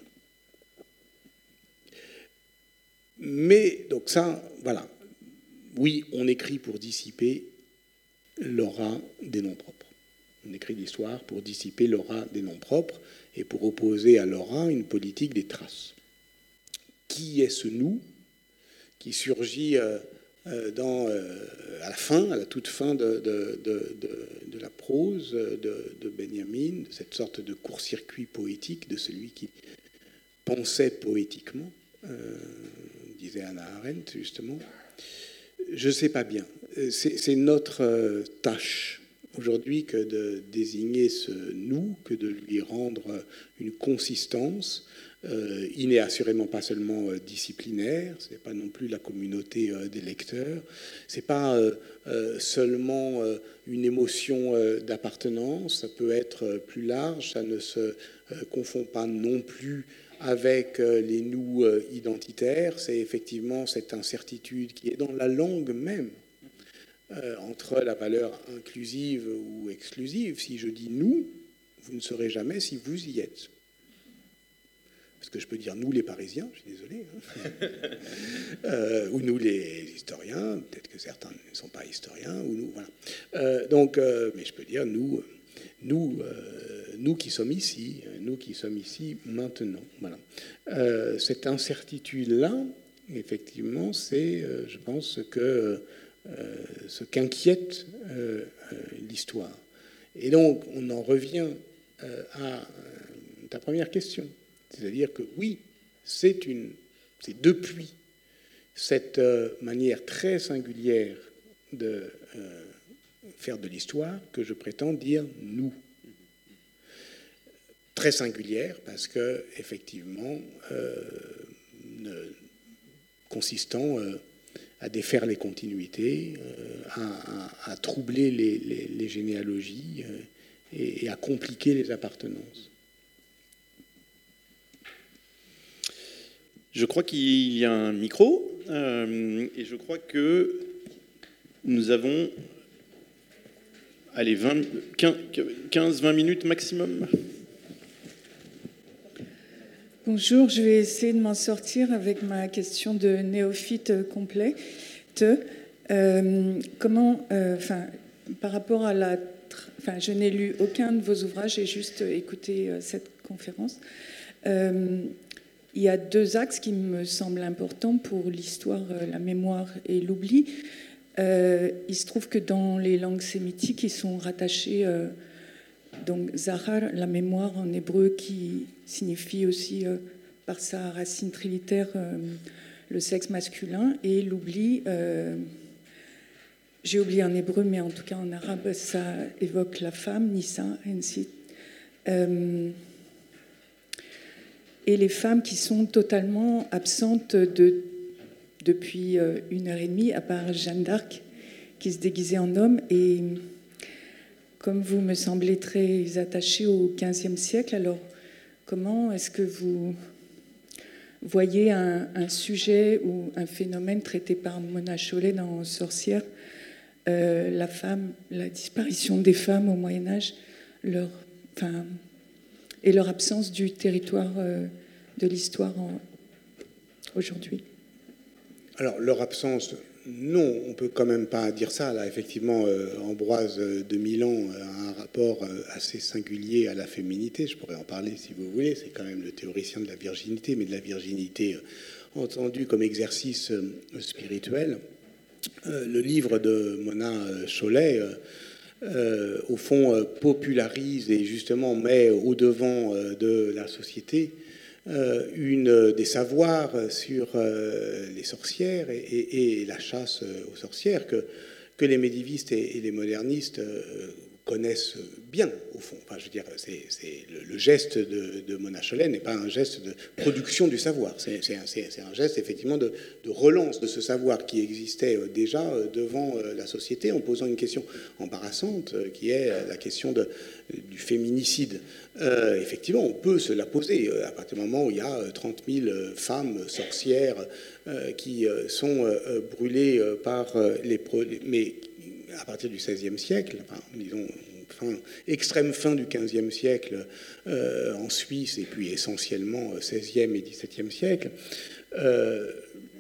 mais, donc ça, voilà. Oui, on écrit pour dissiper l'aura des noms propres. On écrit l'histoire pour dissiper l'aura des noms propres et pour opposer à l'aura une politique des traces. Qui est ce nous qui surgit euh, dans, euh, à la fin, à la toute fin de, de, de, de, de la prose de, de Benjamin, de cette sorte de court-circuit poétique de celui qui pensait poétiquement, euh, disait Hannah Arendt justement. Je ne sais pas bien. C'est, c'est notre euh, tâche aujourd'hui que de désigner ce nous, que de lui rendre une consistance. Euh, il n'est assurément pas seulement euh, disciplinaire, ce n'est pas non plus la communauté euh, des lecteurs, ce n'est pas euh, euh, seulement euh, une émotion euh, d'appartenance, ça peut être euh, plus large, ça ne se euh, confond pas non plus avec les nous identitaires, c'est effectivement cette incertitude qui est dans la langue même, euh, entre la valeur inclusive ou exclusive. Si je dis nous, vous ne saurez jamais si vous y êtes. Parce que je peux dire nous les Parisiens, je suis désolé, hein. euh, ou nous les historiens, peut-être que certains ne sont pas historiens, ou nous, voilà. Euh, donc, euh, mais je peux dire nous, nous, euh, nous qui sommes ici, nous qui sommes ici maintenant. Voilà. Euh, cette incertitude-là, effectivement, c'est, euh, je pense, que euh, ce qu'inquiète euh, euh, l'histoire. Et donc, on en revient euh, à euh, ta première question. C'est-à-dire que oui, c'est, une, c'est depuis cette euh, manière très singulière de euh, faire de l'histoire que je prétends dire « nous ». Très singulière parce que, effectivement, euh, ne, consistant euh, à défaire les continuités, euh, à, à, à troubler les, les, les généalogies euh, et, et à compliquer les appartenances. Je crois qu'il y a un micro, euh, et je crois que nous avons allez, quinze vingt minutes maximum. Bonjour, je vais essayer de m'en sortir avec ma question de néophyte complète. Euh, comment, euh, enfin, par rapport à la... Enfin, je n'ai lu aucun de vos ouvrages, j'ai juste écouté euh, cette conférence. Euh, Il y a deux axes qui me semblent importants pour l'histoire, la mémoire et l'oubli. Euh, il se trouve que dans les langues sémitiques, ils sont rattachés, euh, donc Zahar, la mémoire en hébreu, qui signifie aussi, euh, par sa racine trilitaire, euh, le sexe masculin, et l'oubli, euh, j'ai oublié en hébreu, mais en tout cas en arabe, ça évoque la femme, Nissa, ainsi. Euh, Et les femmes qui sont totalement absentes de, depuis une heure et demie, à part Jeanne d'Arc, qui se déguisait en homme. Et comme vous me semblez très attaché au quinzième siècle, alors comment est-ce que vous voyez un, un sujet ou un phénomène traité par Mona Chollet dans Sorcière, euh, la femme, la disparition des femmes au Moyen-Âge, leur... Enfin, et leur absence du territoire euh, de l'histoire en, aujourd'hui. Alors, leur absence, non, on ne peut quand même pas dire ça. Là, effectivement, euh, Ambroise de Milan a un rapport euh, assez singulier à la féminité. Je pourrais en parler si vous voulez. C'est quand même le théoricien de la virginité, mais de la virginité euh, entendue comme exercice euh, spirituel. Euh, le livre de Mona Chollet... Euh, Euh, au fond, euh, popularise et justement met au devant euh, de la société euh, une euh, des savoirs sur euh, les sorcières et, et, et la chasse aux sorcières que, que les médiévistes et, et les modernistes euh, connaissent bien, au fond. Enfin, je veux dire, c'est, c'est le, le geste de, de Mona Chollet n'est pas un geste de production du savoir, c'est, c'est, un, c'est, c'est un geste effectivement de, de relance de ce savoir qui existait déjà devant la société en posant une question embarrassante qui est la question de, du féminicide. Euh, effectivement, on peut se la poser à partir du moment où il y a trente mille femmes sorcières euh, qui sont euh, brûlées par les... Pro- mais à partir du seizième siècle, enfin, disons, fin, extrême fin du quinzième siècle euh, en Suisse, et puis essentiellement seizième et dix-septième siècle. Euh,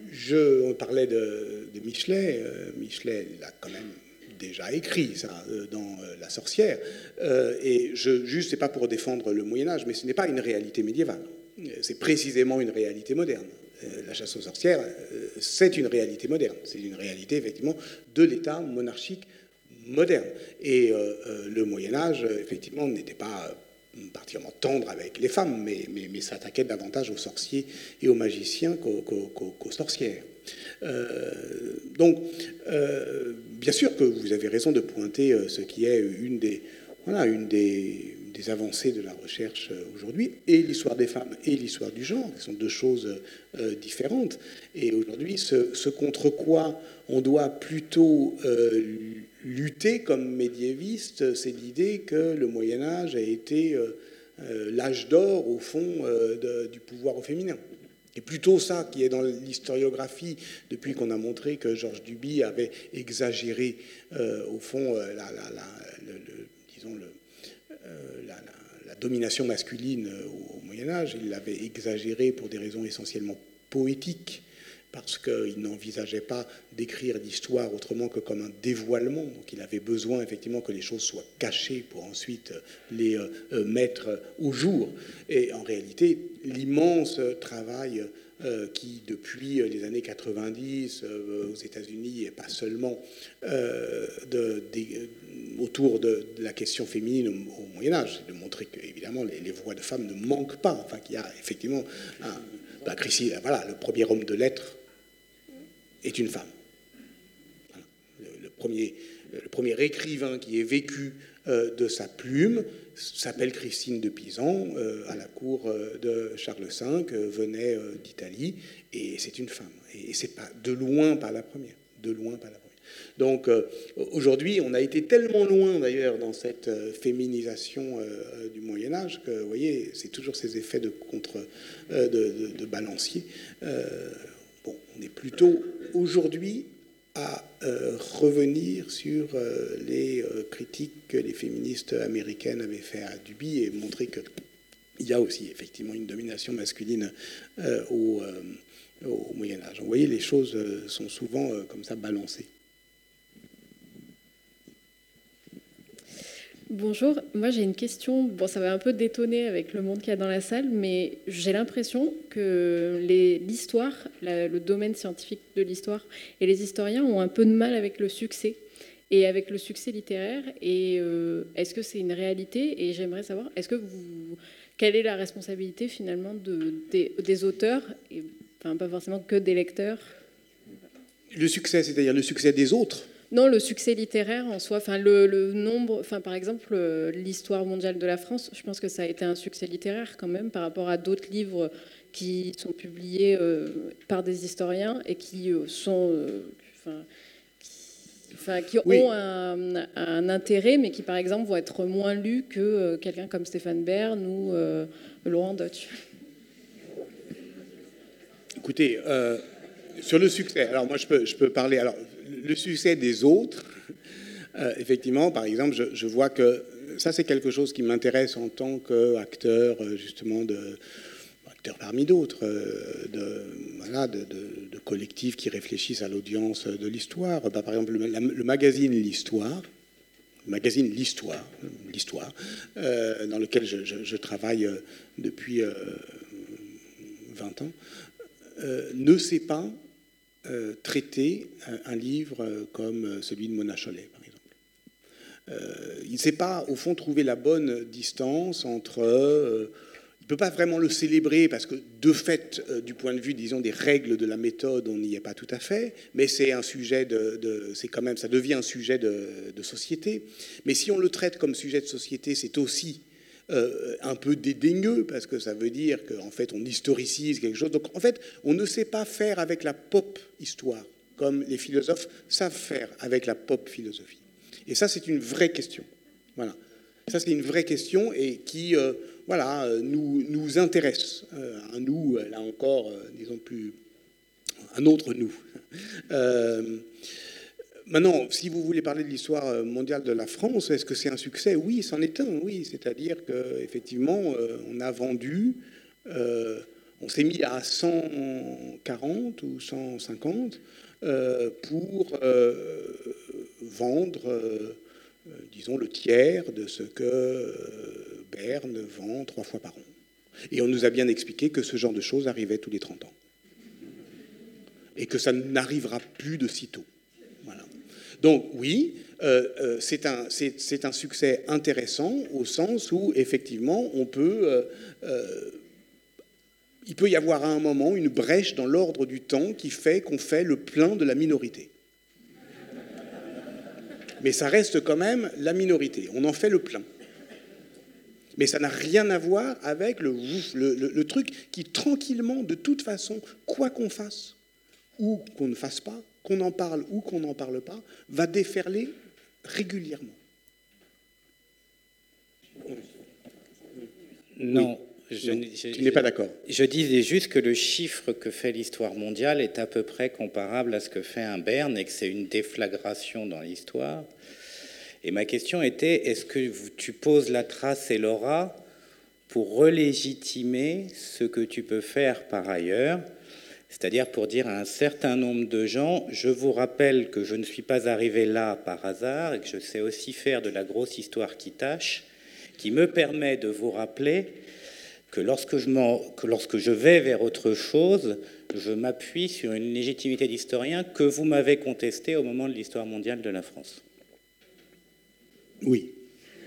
je, on parlait de, de Michelet. Euh, Michelet l'a quand même déjà écrit, ça, dans La Sorcière. Euh, et je, juste, c'est pas pour défendre le Moyen-Âge, mais ce n'est pas une réalité médiévale. C'est précisément une réalité moderne. La chasse aux sorcières, c'est une réalité moderne. C'est une réalité, effectivement, de l'État monarchique moderne. Et euh, le Moyen-Âge, effectivement, n'était pas particulièrement tendre avec les femmes, mais, mais, mais s'attaquait davantage aux sorciers et aux magiciens qu'aux, qu'aux, qu'aux sorcières. Euh, donc, euh, bien sûr que vous avez raison de pointer ce qui est une des... Voilà, une des des avancées de la recherche aujourd'hui, et l'histoire des femmes et l'histoire du genre, qui sont deux choses euh, différentes. Et aujourd'hui, ce, ce contre quoi on doit plutôt euh, lutter comme médiéviste, c'est l'idée que le Moyen-Âge a été euh, euh, l'âge d'or, au fond, euh, de, du pouvoir au féminin. Et plutôt ça qui est dans l'historiographie, depuis qu'on a montré que Georges Duby avait exagéré, euh, au fond, euh, la, la, la, le, le, disons le, euh, la, la, la domination masculine au, au Moyen-Âge. Il l'avait exagéré pour des raisons essentiellement poétiques, parce qu'il n'envisageait pas d'écrire l'histoire autrement que comme un dévoilement. Donc il avait besoin effectivement que les choses soient cachées pour ensuite les euh, mettre au jour. Et en réalité, l'immense travail euh, qui, depuis les années quatre-vingt-dix, euh, aux États-Unis, et pas seulement, euh, de, de, autour de, de la question féminine au, au Moyen-Âge, c'est de montrer qu'évidemment les, les voix de femmes ne manquent pas, enfin qu'il y a effectivement un, ben, Christie, voilà, le premier homme de lettres est une femme. Voilà. Le, le, premier, le premier écrivain qui ait vécu euh, de sa plume s'appelle Christine de Pisan, euh, à la cour euh, de Charles cinq, euh, venait euh, d'Italie, et c'est une femme. Et, et c'est pas de loin pas la première, de loin pas la première. Donc euh, aujourd'hui, on a été tellement loin d'ailleurs dans cette euh, féminisation euh, du Moyen Âge que, vous voyez, c'est toujours ces effets de contre, euh, de, de, de balancier. Euh, bon, on est plutôt aujourd'hui à euh, revenir sur euh, les euh, critiques que les féministes américaines avaient fait à Duby et montrer qu'il y a aussi effectivement une domination masculine euh, au, euh, au Moyen Âge. Vous voyez, les choses euh, sont souvent euh, comme ça balancées. Bonjour, moi j'ai une question, bon ça va un peu détonner avec le monde qu'il y a dans la salle, mais j'ai l'impression que les, l'histoire, la, le domaine scientifique de l'histoire et les historiens ont un peu de mal avec le succès et avec le succès littéraire. Et euh, est-ce que c'est une réalité? Et j'aimerais savoir, est-ce que vous, quelle est la responsabilité finalement de, des, des auteurs, et, enfin pas forcément que des lecteurs? Le succès, c'est-à-dire le succès des autres? Non, le succès littéraire en soi, enfin le, le nombre, enfin par exemple l'histoire mondiale de la France, je pense que ça a été un succès littéraire quand même par rapport à d'autres livres qui sont publiés euh, par des historiens et qui euh, sont, euh, enfin, qui, enfin, qui oui. ont un, un intérêt, mais qui par exemple vont être moins lus que euh, quelqu'un comme Stéphane Bern ou euh, Laurent Deutsch. Écoutez, euh, sur le succès, alors moi je peux, je peux parler. Alors, le succès des autres, euh, effectivement, par exemple, je, je vois que ça, c'est quelque chose qui m'intéresse en tant qu'acteur, justement, de, acteur parmi d'autres, de, voilà, de, de, de collectifs qui réfléchissent à l'audience de l'histoire. Bah, par exemple, le, la, le magazine L'Histoire, le magazine L'Histoire, l'Histoire euh, dans lequel je, je, je travaille depuis euh, vingt ans, euh, ne sait pas Euh, traiter un, un livre comme celui de Mona Chollet, par exemple. Euh, il ne sait pas, au fond, trouver la bonne distance entre... Euh, il ne peut pas vraiment le célébrer parce que, de fait, euh, du point de vue, disons, des règles de la méthode, on n'y est pas tout à fait, mais c'est un sujet de... de c'est quand même, ça devient un sujet de, de société. Mais si on le traite comme sujet de société, c'est aussi... Euh, un peu dédaigneux, parce que ça veut dire qu'en fait, on historicise quelque chose. Donc, en fait, on ne sait pas faire avec la pop-histoire, comme les philosophes savent faire avec la pop-philosophie. Et ça, c'est une vraie question. Voilà. Ça, c'est une vraie question et qui, euh, voilà, nous, nous intéresse. Euh, un nous, là encore, euh, disons plus... Un autre nous. Euh, Maintenant, si vous voulez parler de l'histoire mondiale de la France, est-ce que c'est un succès? Oui, c'en est un, oui. C'est-à-dire qu'effectivement, on a vendu, euh, on s'est mis à cent quarante ou cent cinquante euh, pour euh, vendre, euh, disons, le tiers de ce que Berne vend trois fois par an. Et on nous a bien expliqué que ce genre de choses arrivait tous les trente ans. Et que ça n'arrivera plus de sitôt. Voilà. Donc oui, euh, euh, c'est un, c'est, c'est un succès intéressant au sens où effectivement on peut, euh, euh, il peut y avoir à un moment une brèche dans l'ordre du temps qui fait qu'on fait le plein de la minorité. Mais ça reste quand même la minorité, on en fait le plein. Mais ça n'a rien à voir avec le, le, le, le truc qui tranquillement, de toute façon, quoi qu'on fasse ou qu'on ne fasse pas, qu'on en parle ou qu'on n'en parle pas, va déferler régulièrement. Non. Oui. Je, non. je, tu n'es pas d'accord. Je disais juste que le chiffre que fait l'histoire mondiale est à peu près comparable à ce que fait un Berne et que c'est une déflagration dans l'histoire. Et ma question était, est-ce que tu poses la trace et l'aura pour relégitimer ce que tu peux faire par ailleurs, c'est-à-dire pour dire à un certain nombre de gens, je vous rappelle que je ne suis pas arrivé là par hasard et que je sais aussi faire de la grosse histoire qui tâche, qui me permet de vous rappeler que lorsque je, que lorsque je vais vers autre chose, je m'appuie sur une légitimité d'historien que vous m'avez contestée au moment de l'histoire mondiale de la France. Oui.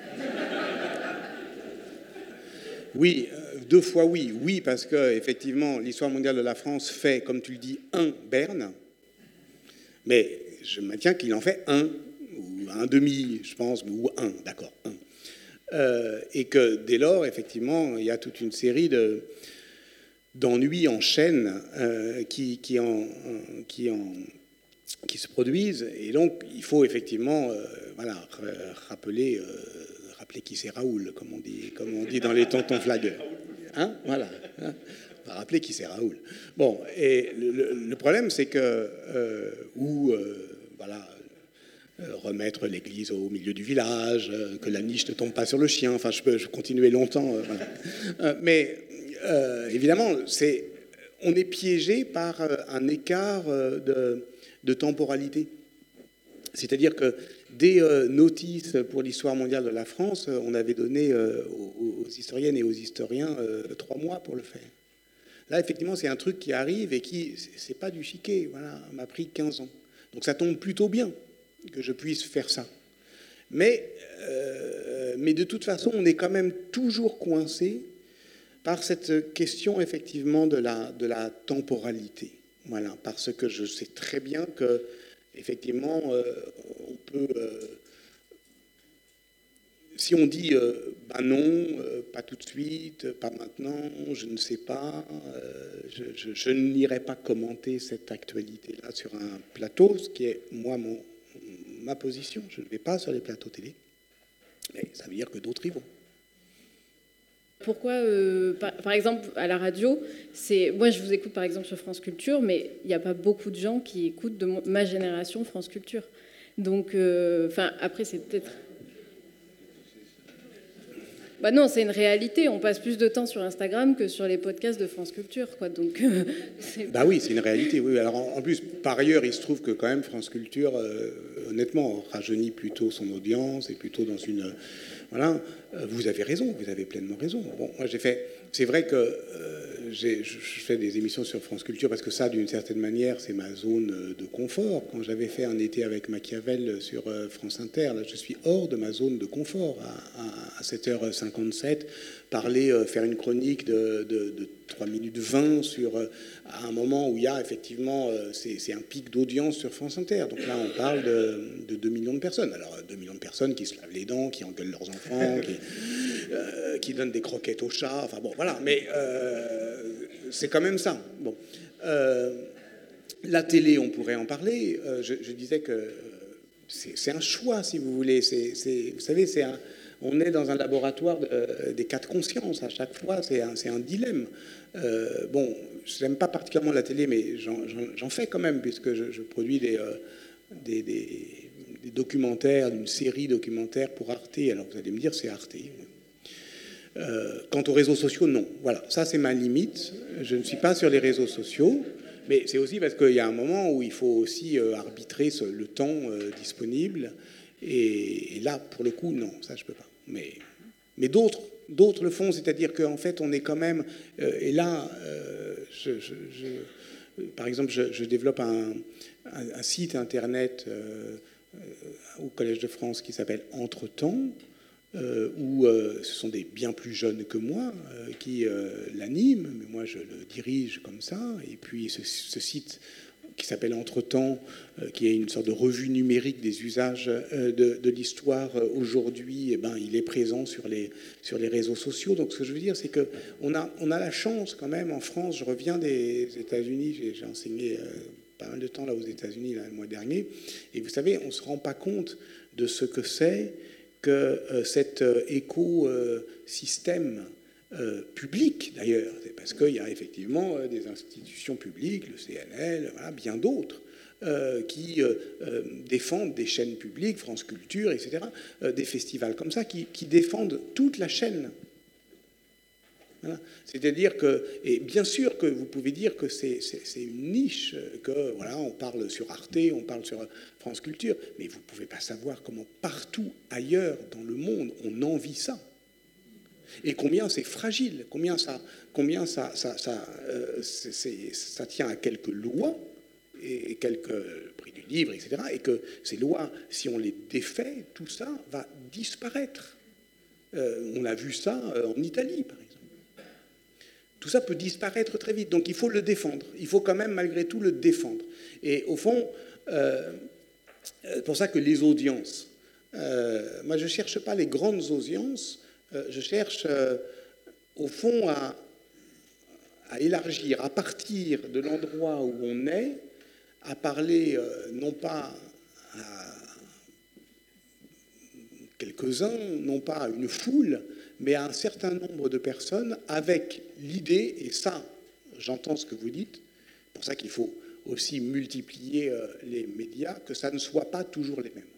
Oui, deux fois oui. Oui, parce que effectivement, l'histoire mondiale de la France fait, comme tu le dis, un Berne, mais je maintiens qu'il en fait un, ou un demi, je pense, ou un, d'accord, un. Euh, et que dès lors, effectivement, il y a toute une série de, d'ennuis en chaîne euh, qui, qui, en, qui, en, qui se produisent. Et donc, il faut effectivement euh, voilà, rappeler... Euh, rappeler qui c'est Raoul, comme on dit, comme on dit dans les tontons flagueurs. Hein, voilà. Hein, on va rappeler qui c'est Raoul. Bon, et le, le problème, c'est que... Euh, ou, euh, voilà... remettre l'église au milieu du village, que la niche ne tombe pas sur le chien. Enfin, je peux, je peux continuer longtemps. Euh, voilà. euh, mais euh, évidemment, c'est, on est piégé par un écart de, de temporalité. C'est-à-dire que des euh, notices pour l'histoire mondiale de la France, on avait donné euh, aux, aux historiennes et aux historiens euh, trois mois pour le faire. Là, effectivement, c'est un truc qui arrive et qui, c'est pas du chiquet. Voilà, m'a pris quinze ans. Donc ça tombe plutôt bien que je puisse faire ça. Mais, euh, mais de toute façon, on est quand même toujours coincé par cette question, effectivement, de la, de la temporalité. Voilà, parce que je sais très bien que, effectivement, euh, on peut... Euh, si on dit euh, « ben non, euh, pas tout de suite, pas maintenant, je ne sais pas, euh, je, je, je n'irai pas commenter cette actualité-là sur un plateau », ce qui est, moi, mon... ma position, je ne vais pas sur les plateaux télé, mais ça veut dire que d'autres y vont. Pourquoi, euh, par, par exemple, à la radio, c'est, moi je vous écoute par exemple sur France Culture, mais il n'y a pas beaucoup de gens qui écoutent de mon, ma génération France Culture. Donc, enfin, euh, après c'est peut-être... Bah non, c'est une réalité. On passe plus de temps sur Instagram que sur les podcasts de France Culture, quoi. Donc, euh, c'est... Bah oui, c'est une réalité. Oui. Alors en, en plus, par ailleurs, il se trouve que quand même France Culture, euh, honnêtement, rajeunit plutôt son audience et plutôt dans une, euh, voilà. Euh, vous avez raison, vous avez pleinement raison. Bon, moi j'ai fait. C'est vrai que euh, j'ai, je fais des émissions sur France Culture parce que ça, d'une certaine manière, c'est ma zone de confort. Quand j'avais fait un été avec Machiavel sur euh, France Inter, là, je suis hors de ma zone de confort à, à, à sept heures cinquante-sept. Parler, euh, faire une chronique de, de, de trois minutes vingt sur, euh, à un moment où il y a effectivement, euh, c'est, c'est un pic d'audience sur France Inter. Donc là, on parle de, de deux millions de personnes. Alors, deux millions de personnes qui se lavent les dents, qui engueulent leurs enfants, qui, euh, qui donnent des croquettes aux chats. Enfin bon, voilà. Mais euh, c'est quand même ça. Bon. Euh, la télé, on pourrait en parler. Euh, je, je disais que c'est, c'est un choix, si vous voulez. C'est, c'est, vous savez, c'est un... On est dans un laboratoire de, euh, des cas de conscience. À chaque fois, c'est un, c'est un dilemme. Euh, bon, je n'aime pas particulièrement la télé, mais j'en, j'en, j'en fais quand même, puisque je, je produis des, euh, des, des, des documentaires, une série documentaire pour Arte. Alors vous allez me dire, c'est Arte. Euh, quant aux réseaux sociaux, non. Voilà, ça c'est ma limite. Je ne suis pas sur les réseaux sociaux. Mais c'est aussi parce qu'il y a un moment où il faut aussi euh, arbitrer ce, le temps euh, disponible. Et, et là, pour le coup, non, ça je peux pas. Mais, mais d'autres, d'autres le font, c'est-à-dire qu'en fait, on est quand même... Euh, et là, euh, je, je, je, par exemple, je, je développe un, un, un site internet euh, au Collège de France qui s'appelle Entre-temps, euh, où euh, ce sont des bien plus jeunes que moi euh, qui euh, l'animent, mais moi je le dirige comme ça. Et puis ce, ce site... qui s'appelle Entre-temps, euh, qui est une sorte de revue numérique des usages euh, de, de l'histoire euh, aujourd'hui, eh ben, il est présent sur les, sur les réseaux sociaux. Donc ce que je veux dire, c'est qu'on a, on a la chance quand même en France, je reviens des États-Unis, j'ai, j'ai enseigné euh, pas mal de temps là aux États-Unis là, le mois dernier, et vous savez, on ne se rend pas compte de ce que c'est que euh, cet euh, écosystème euh, publiques d'ailleurs. C'est parce qu'il y a effectivement euh, des institutions publiques, le C N L, voilà, bien d'autres, euh, qui euh, euh, défendent des chaînes publiques, France Culture, et cetera, euh, des festivals comme ça, qui, qui défendent toute la chaîne. Voilà. C'est-à-dire que, et bien sûr que vous pouvez dire que c'est, c'est, c'est une niche, que voilà, on parle sur Arte, on parle sur France Culture, mais vous ne pouvez pas savoir comment partout ailleurs dans le monde on envie ça. Et combien c'est fragile, combien ça, combien ça, ça, ça, euh, c'est, c'est, ça tient à quelques lois et quelques prix du livre, et cetera. Et que ces lois, si on les défait, tout ça va disparaître. Euh, on a vu ça en Italie, par exemple. Tout ça peut disparaître très vite. Donc il faut le défendre. Il faut quand même, malgré tout, le défendre. Et au fond, euh, c'est pour ça que les audiences, euh, moi je ne cherche pas les grandes audiences, euh, je cherche, euh, au fond, à, à élargir, à partir de l'endroit où on est, à parler euh, non pas à quelques-uns, non pas à une foule, mais à un certain nombre de personnes avec l'idée, et ça, j'entends ce que vous dites, c'est pour ça qu'il faut aussi multiplier euh, les médias, que ça ne soit pas toujours les mêmes.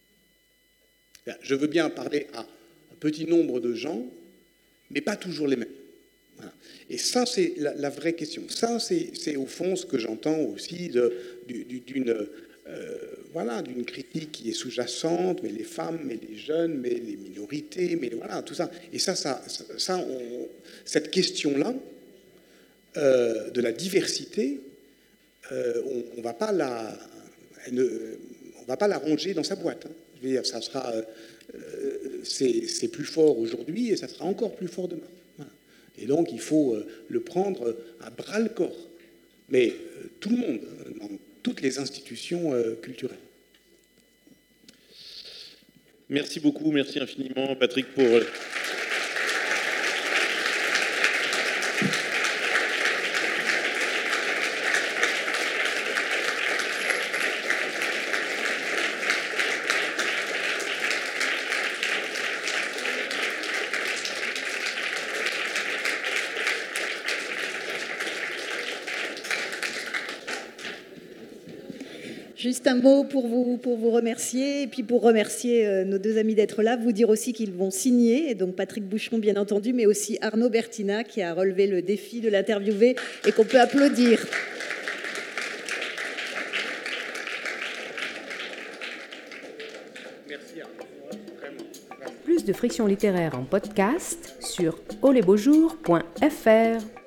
Je veux bien parler à un petit nombre de gens, mais pas toujours les mêmes. Voilà. Et ça, c'est la, la vraie question. Ça, c'est, c'est au fond ce que j'entends aussi de, d'une, euh, voilà, d'une critique qui est sous-jacente, mais les femmes, mais les jeunes, mais les minorités, mais voilà, tout ça. Et ça, ça, ça on, cette question-là euh, de la diversité, euh, on ne va pas la, ne, on va pas la ranger dans sa boîte. Hein. Je veux dire, ça sera, euh, c'est, c'est plus fort aujourd'hui et ça sera encore plus fort demain. Voilà. Et donc, il faut euh, le prendre à bras-le-corps. Mais euh, tout le monde, dans toutes les institutions euh, culturelles. Merci beaucoup, merci infiniment, Patrick, pour... Juste un mot pour vous, pour vous remercier et puis pour remercier euh, nos deux amis d'être là, vous dire aussi qu'ils vont signer, et donc Patrick Boucheron bien entendu, mais aussi Arnaud Bertina qui a relevé le défi de l'interviewer et qu'on peut applaudir. Merci Arnaud. Vraiment. Plus de Friction littéraire en podcast sur oh les beaux jours point f r.